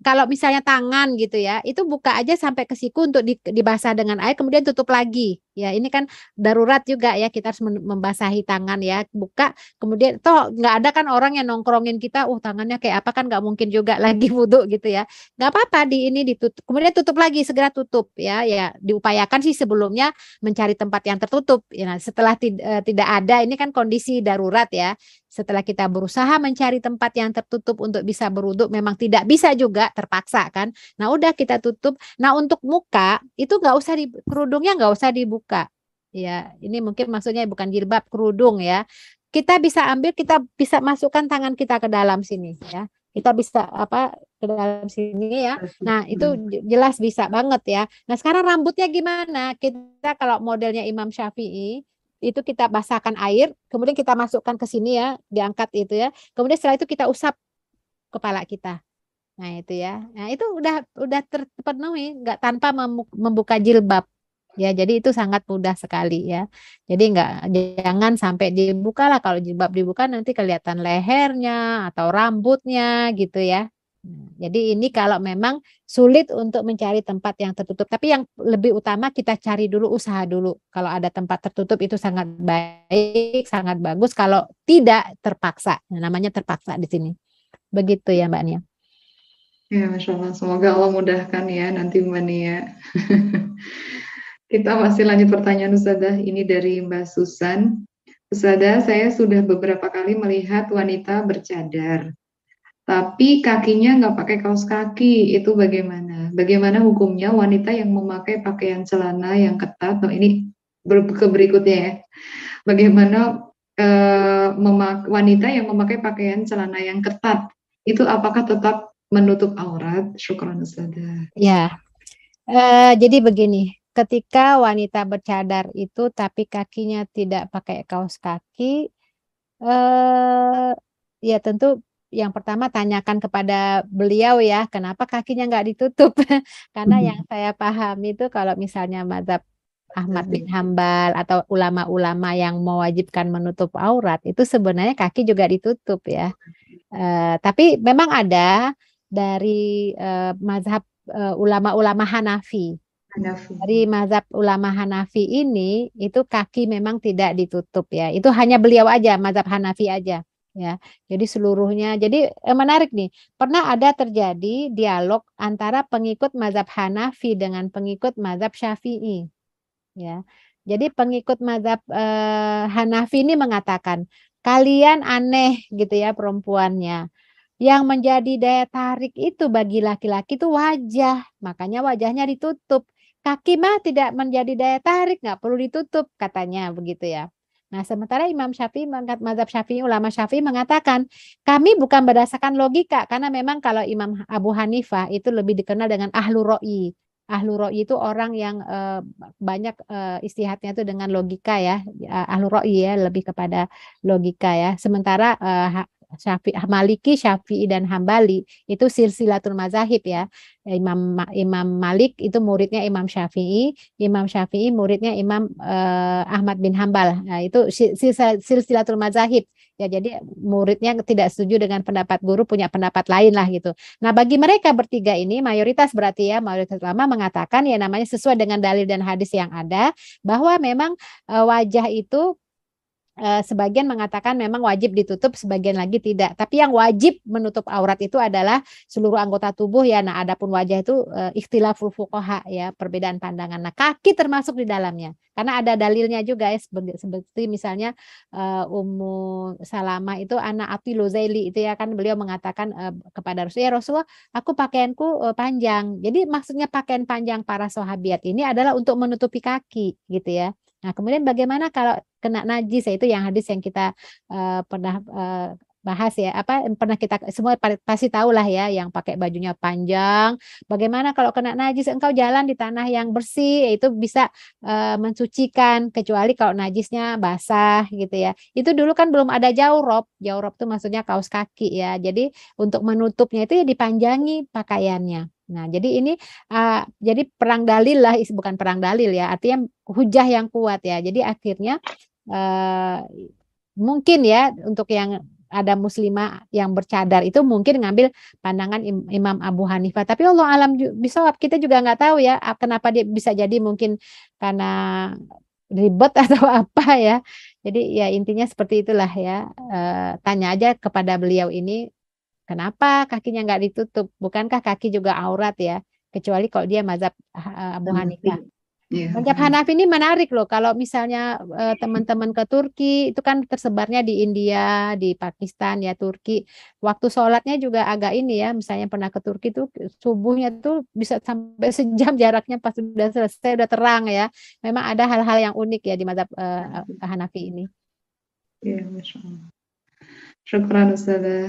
kalau misalnya tangan gitu ya, itu buka aja sampai ke siku untuk di, dibasah dengan air, kemudian tutup lagi. Ya, ini kan darurat juga ya, kita harus membasahi tangan ya, buka, kemudian toh nggak ada kan orang yang nongkrongin kita, uh tangannya kayak apa, kan nggak mungkin juga lagi wudhu gitu ya. Nggak apa-apa, di ini ditutup, kemudian tutup lagi, segera tutup ya. Ya, diupayakan sih sebelumnya mencari tempat yang tertutup. Ya, nah, setelah tid tidak ada, ini kan kondisi darurat ya. Setelah kita berusaha mencari tempat yang tertutup untuk bisa berwudhu, memang tidak bisa juga, terpaksa kan. Nah udah kita tutup. Nah untuk muka itu nggak usah di, kerudungnya nggak usah dibuka. Ya ini mungkin maksudnya bukan jilbab, kerudung ya. Kita bisa ambil, kita bisa masukkan tangan kita ke dalam sini ya. Kita bisa apa ke dalam sini ya. Nah itu jelas bisa banget ya. Nah sekarang rambutnya gimana? Kita kalau modelnya Imam Syafi'i itu kita basahkan air, kemudian kita masukkan ke sini ya, diangkat itu ya. Kemudian setelah itu kita usap kepala kita. Nah itu ya. Nah itu udah udah terpenuhi, nggak tanpa membuka jilbab. Ya, jadi itu sangat mudah sekali ya. Jadi nggak, jangan sampai dibuka lah. Kalau jilbab dibuka nanti kelihatan lehernya atau rambutnya gitu ya. Jadi ini kalau memang sulit untuk mencari tempat yang tertutup. Tapi yang lebih utama kita cari dulu, usaha dulu. Kalau ada tempat tertutup itu sangat baik, sangat bagus. Kalau tidak, terpaksa. Nah, namanya terpaksa di sini. Begitu ya Mbak Nia. Ya, Masya Allah. Semoga Allah mudahkan ya nanti Mbak Nia. Kita masih lanjut pertanyaan Ustazah. Ini dari Mbak Susan. Ustazah, saya sudah beberapa kali melihat wanita bercadar, tapi kakinya nggak pakai kaos kaki, itu bagaimana? Bagaimana hukumnya wanita yang memakai pakaian celana yang ketat? Nah, ini ber ke berikutnya ya. Bagaimana eh, memak wanita yang memakai pakaian celana yang ketat, itu apakah tetap menutup aurat? Syukran Ustazah. Ya, eh, jadi begini, ketika wanita bercadar itu tapi kakinya tidak pakai kaos kaki, eh, ya tentu yang pertama tanyakan kepada beliau ya, kenapa kakinya nggak ditutup? Karena yang saya pahami itu kalau misalnya mazhab Ahmad bin Hambal atau ulama-ulama yang mewajibkan menutup aurat itu sebenarnya kaki juga ditutup ya. Eh, tapi memang ada dari eh, mazhab eh, ulama-ulama Hanafi. Dari mazhab ulama Hanafi ini itu kaki memang tidak ditutup ya. Itu hanya beliau aja, mazhab Hanafi aja ya. Jadi seluruhnya. Jadi eh, menarik nih. Pernah ada terjadi dialog antara pengikut mazhab Hanafi dengan pengikut mazhab Syafi'i ya. Jadi pengikut mazhab eh, Hanafi ini mengatakan, kalian aneh gitu ya perempuannya. Yang menjadi daya tarik itu bagi laki-laki itu wajah, makanya wajahnya ditutup. Kaki mah tidak menjadi daya tarik, nggak perlu ditutup katanya begitu ya. Nah sementara Imam Syafi'i, mazhab Syafi'i, ulama Syafi'i mengatakan kami bukan berdasarkan logika, karena memang kalau Imam Abu Hanifah itu lebih dikenal dengan ahlu ro'i. Ahlu ro'i itu orang yang eh, banyak eh, istihadnya itu dengan logika ya. Ahlu ro'i ya, lebih kepada logika ya. Sementara eh, Syafi'i, Maliki, Syafi'i dan Hambali itu silsilatul mazahib ya. Imam Imam Malik itu muridnya Imam Syafi'i, Imam Syafi'i muridnya Imam eh, Ahmad bin Hambal. Nah, itu silsilatul mazahib. Ya, jadi muridnya tidak setuju dengan pendapat guru, punya pendapat lain lah gitu. Nah, bagi mereka bertiga ini mayoritas berarti ya, mayoritas ulama mengatakan ya namanya sesuai dengan dalil dan hadis yang ada bahwa memang eh, wajah itu Uh, sebagian mengatakan memang wajib ditutup, sebagian lagi tidak. Tapi yang wajib menutup aurat itu adalah seluruh anggota tubuh ya. Nah, adapun wajah itu uh, ikhtilaful fuqaha ya, perbedaan pandangan. Nah, kaki termasuk di dalamnya. Karena ada dalilnya juga ya, seperti misalnya uh, Ummu Salamah itu anak Aqilu Zaili itu ya kan, beliau mengatakan uh, kepada Rasulullah, ya Rasulullah, aku pakaianku uh, panjang. Jadi maksudnya pakaian panjang para sahabiat ini adalah untuk menutupi kaki gitu ya. Nah, kemudian bagaimana kalau kena najis, yaitu yang hadis yang kita uh, pernah uh, bahas ya, apa pernah kita semua pasti tahu lah ya, yang pakai bajunya panjang. Bagaimana kalau kena najis, engkau jalan di tanah yang bersih, yaitu bisa uh, mensucikan, kecuali kalau najisnya basah gitu ya. Itu dulu kan belum ada jawrob, jawrob itu maksudnya kaos kaki ya. Jadi untuk menutupnya itu ya dipanjangi pakaiannya. Nah, jadi ini uh, jadi perang dalil lah, bukan perang dalil ya, artinya hujah yang kuat ya. Jadi akhirnya uh, mungkin ya untuk yang ada muslimah yang bercadar itu mungkin ngambil pandangan Im- Imam Abu Hanifah. Tapi Allah alam ju- bisawab, kita juga nggak tahu ya ap- kenapa dia bisa jadi, mungkin karena ribet atau apa ya. Jadi ya intinya seperti itulah ya. Eh, tanya aja kepada beliau ini, kenapa kakinya nggak ditutup? Bukankah kaki juga aurat ya? Kecuali kalau dia mazhab eh, Abu Hanifah. Hanafi. Iya. Mazhab Hanafi ini menarik loh. Kalau misalnya eh, teman-teman ke Turki, itu kan tersebarnya di India, di Pakistan ya, Turki. Waktu sholatnya juga agak ini ya. Misalnya pernah ke Turki tuh subuhnya tuh bisa sampai sejam jaraknya, pas sudah selesai udah terang ya. Memang ada hal-hal yang unik ya di mazhab eh, Hanafi ini. Iya, Masya Allah. Syukran Ustazah.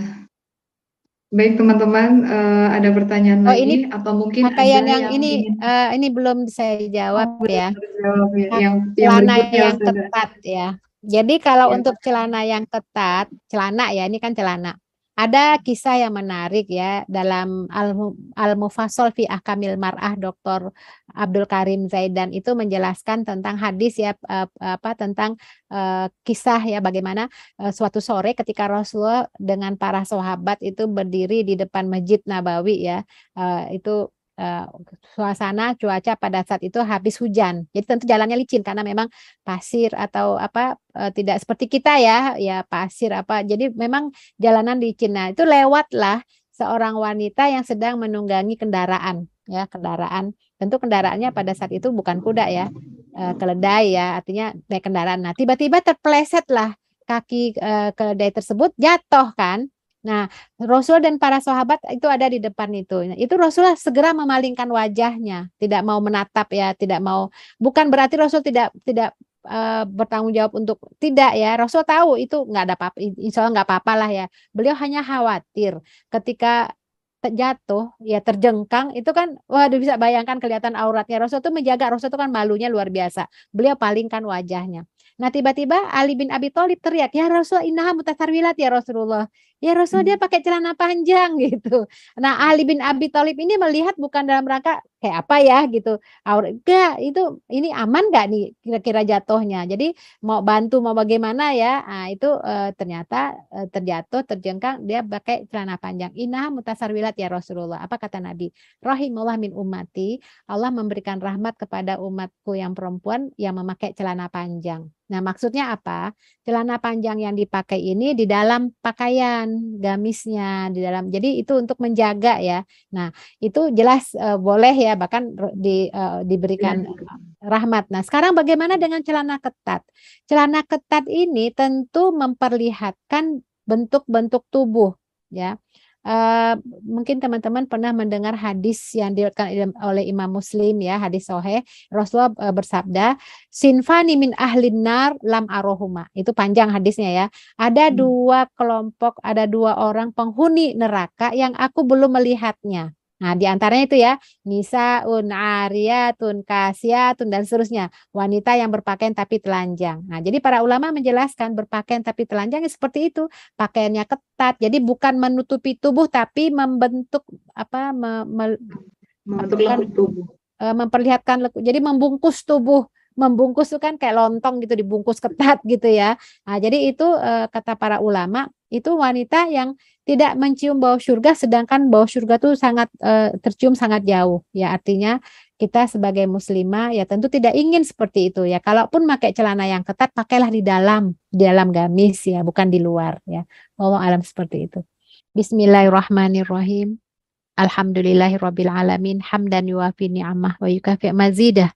Baik teman-teman, eh, ada pertanyaan Oh lagi ini atau mungkin pakaian ada yang yang ini ingin eh, ini belum saya jawab oh, ya. harus jawab ya. Nah, Yang yang celana berikutnya yang Ustazah. ketat ya. Jadi kalau Ya, untuk celana yang ketat, celana ya, ini kan celana. Ada kisah yang menarik ya dalam Al- Al-Mufassal fi Ahkamil Mar'ah, Doktor Abdul Karim Zaidan itu menjelaskan tentang hadis ya, eh, apa tentang eh, kisah ya, bagaimana eh, suatu sore ketika Rasulullah dengan para sahabat itu berdiri di depan Masjid Nabawi ya, eh, itu eh, suasana cuaca pada saat itu habis hujan. Jadi tentu jalannya licin karena memang pasir atau apa, eh, tidak seperti kita ya, ya pasir apa. Jadi memang jalanan licin. Nah, itu lewatlah seorang wanita yang sedang menunggangi kendaraan ya, kendaraan. Tentu kendaraannya pada saat itu bukan kuda ya, eh, keledai ya, artinya naik kendaraan. Nah, tiba-tiba terplesetlah kaki eh, keledai tersebut, jatuh kan. Nah, Rasul dan para sahabat itu ada di depan itu. Nah, itu Rasulullah segera memalingkan wajahnya, tidak mau menatap ya, tidak mau. Bukan berarti Rasul tidak tidak eh, bertanggung jawab untuk tidak ya. Rasul tahu itu nggak ada apa-apa, insya Allah nggak apa-apa lah ya. Beliau hanya khawatir ketika terjatuh ya, terjengkang itu kan, waduh, bisa bayangkan kelihatan auratnya. Rasul tuh menjaga, Rasul tuh kan malunya luar biasa. Beliau palingkan wajahnya. Nah, tiba-tiba Ali bin Abi Thalib teriak, "Ya Rasul, innaha mutasarwilat ya Rasulullah." Ya Rasul, dia pakai celana panjang gitu. Nah, Ali bin Abi Thalib ini melihat bukan dalam rangka kayak apa ya gitu. Aurat enggak, itu ini aman enggak nih kira-kira jatuhnya. Jadi mau bantu mau bagaimana ya. Nah, itu eh, ternyata eh, terjatuh, terjengkang, dia pakai celana panjang. Innaha mutasarwilat ya Rasulullah. Apa kata Nabi? Rahimullah min ummati. Allah memberikan rahmat kepada umatku yang perempuan yang memakai celana panjang. Nah, maksudnya apa? Celana panjang yang dipakai ini di dalam pakaian, gamisnya di dalam. Jadi itu untuk menjaga ya. Nah, itu jelas eh, boleh ya, bahkan di, eh, diberikan rahmat. Nah, sekarang bagaimana dengan celana ketat? Celana ketat ini tentu memperlihatkan bentuk-bentuk tubuh ya. Eh, mungkin teman-teman pernah mendengar hadis yang diriwayatkan oleh Imam Muslim ya, hadis sahih. Rasulullah eh, bersabda, "Sinfani min ahlin nar lam arohuma." Itu panjang hadisnya ya. Ada Hmm. dua kelompok, ada dua orang penghuni neraka yang aku belum melihatnya. Nah, di antaranya itu ya, nisaun ariyatun kasiyatun dan seterusnya. Wanita yang berpakaian tapi telanjang. Nah, jadi para ulama menjelaskan berpakaian tapi telanjang seperti itu. Pakaiannya ketat. Jadi bukan menutupi tubuh tapi membentuk apa me, me- Membentuk bukan lekuk tubuh. eh, memperlihatkan lekuk. Jadi membungkus tubuh. Membungkus itu kan kayak lontong gitu, dibungkus ketat gitu ya. Nah, jadi itu eh, kata para ulama, itu wanita yang tidak mencium bau surga, sedangkan bau surga itu sangat eh, tercium sangat jauh. Ya, artinya kita sebagai muslimah ya tentu tidak ingin seperti itu ya. Kalaupun pakai celana yang ketat, pakailah di dalam, di dalam gamis ya, bukan di luar ya. Wallahu alam seperti itu. Bismillahirrahmanirrahim. Alhamdulillahirabbil alamin, hamdan yuafi ni'amah wa yukafi mazidah.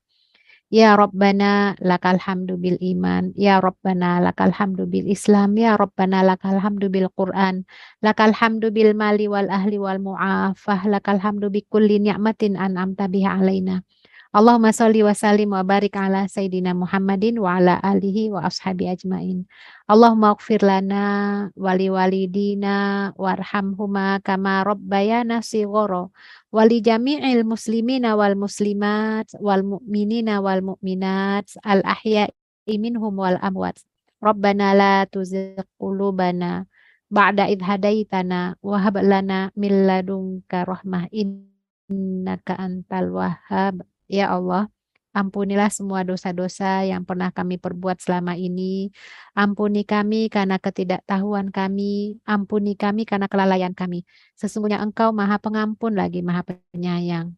Ya Rabbana lakal hamdu bil iman, ya Rabbana lakal hamdu bil Islam, ya Rabbana lakal hamdu bil Quran, lakal hamdu bil mali wal ahli wal mu'afah, lakal hamdu bi kulli ni'matin an'amta biha alaina. Allahumma sholli wa sallim wa barik ala Sayyidina Muhammadin wa ala alihi wa ashabi ajmain. Allahumma ighfir lana wali walidina warhamhuma kama rabbayana shighara wali jami'il muslimina wal muslimat wal mu'minina wal mu'minat al ahya'i minhum wal amwat. Rabbana la tuzigh qulubana ba'da idh hadaitana wa hab lana min ladunka rahmah innaka antal wahhab. Ya Allah, Ampunilah semua dosa-dosa yang pernah kami perbuat selama ini. Ampuni kami karena ketidaktahuan kami. Ampuni kami karena kelalaian kami. Sesungguhnya Engkau Maha Pengampun lagi Maha Penyayang.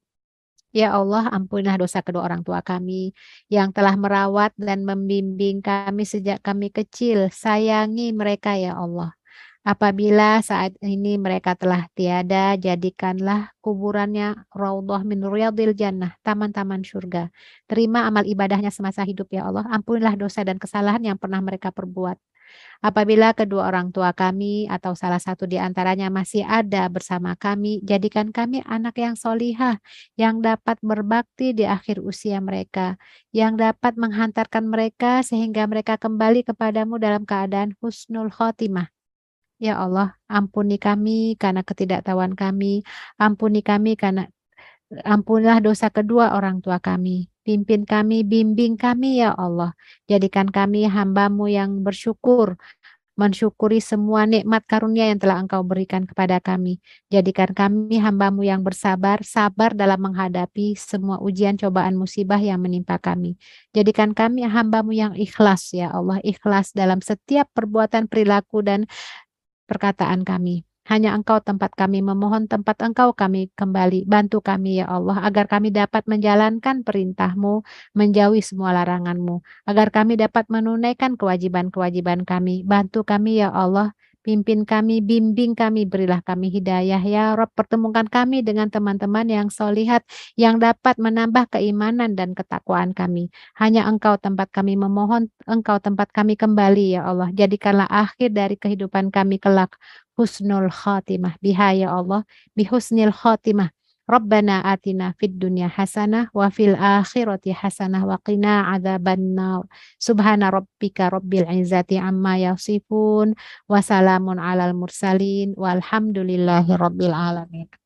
Ya Allah, ampunilah dosa kedua orang tua kami yang telah merawat dan membimbing kami sejak kami kecil. Sayangi mereka ya Allah. Apabila saat ini mereka telah tiada, jadikanlah kuburannya raudhah min riyadil jannah, taman-taman surga. Terima amal ibadahnya semasa hidup ya Allah. Ampunilah dosa dan kesalahan yang pernah mereka perbuat. Apabila kedua orang tua kami atau salah satu di antaranya masih ada bersama kami, jadikan kami anak yang solihah, yang dapat berbakti di akhir usia mereka, yang dapat menghantarkan mereka sehingga mereka kembali kepadamu dalam keadaan husnul khotimah. Ya Allah, ampuni kami karena ketidaktahuan kami, ampuni kami karena ampunilah dosa kedua orang tua kami. Pimpin kami, bimbing kami ya Allah. Jadikan kami hamba-Mu yang bersyukur, mensyukuri semua nikmat karunia yang telah Engkau berikan kepada kami. Jadikan kami hamba-Mu yang bersabar, sabar dalam menghadapi semua ujian, cobaan, musibah yang menimpa kami. Jadikan kami hamba-Mu yang ikhlas ya Allah, ikhlas dalam setiap perbuatan, perilaku, dan perkataan kami. Hanya Engkau tempat kami memohon, tempat Engkau kami kembali. Bantu kami ya Allah, agar kami dapat menjalankan perintah-Mu, menjauhi semua larangan-Mu, agar kami dapat menunaikan kewajiban-kewajiban kami. Bantu kami ya Allah, pimpin kami, bimbing kami, berilah kami hidayah ya Rabb. Pertemukan kami dengan teman-teman yang solihat, yang dapat menambah keimanan dan ketakwaan kami. Hanya Engkau tempat kami memohon, Engkau tempat kami kembali ya Allah. Jadikanlah akhir dari kehidupan kami kelak husnul khatimah biha ya Allah, bihusnil khatimah. Rabbana atina fid dunya hasanah wa fil akhirati hasanah wa qina adzabannar. Subhana rabbika rabbil izzati amma yasifun wa salamun alal mursalin walhamdulillahi rabbil alamin.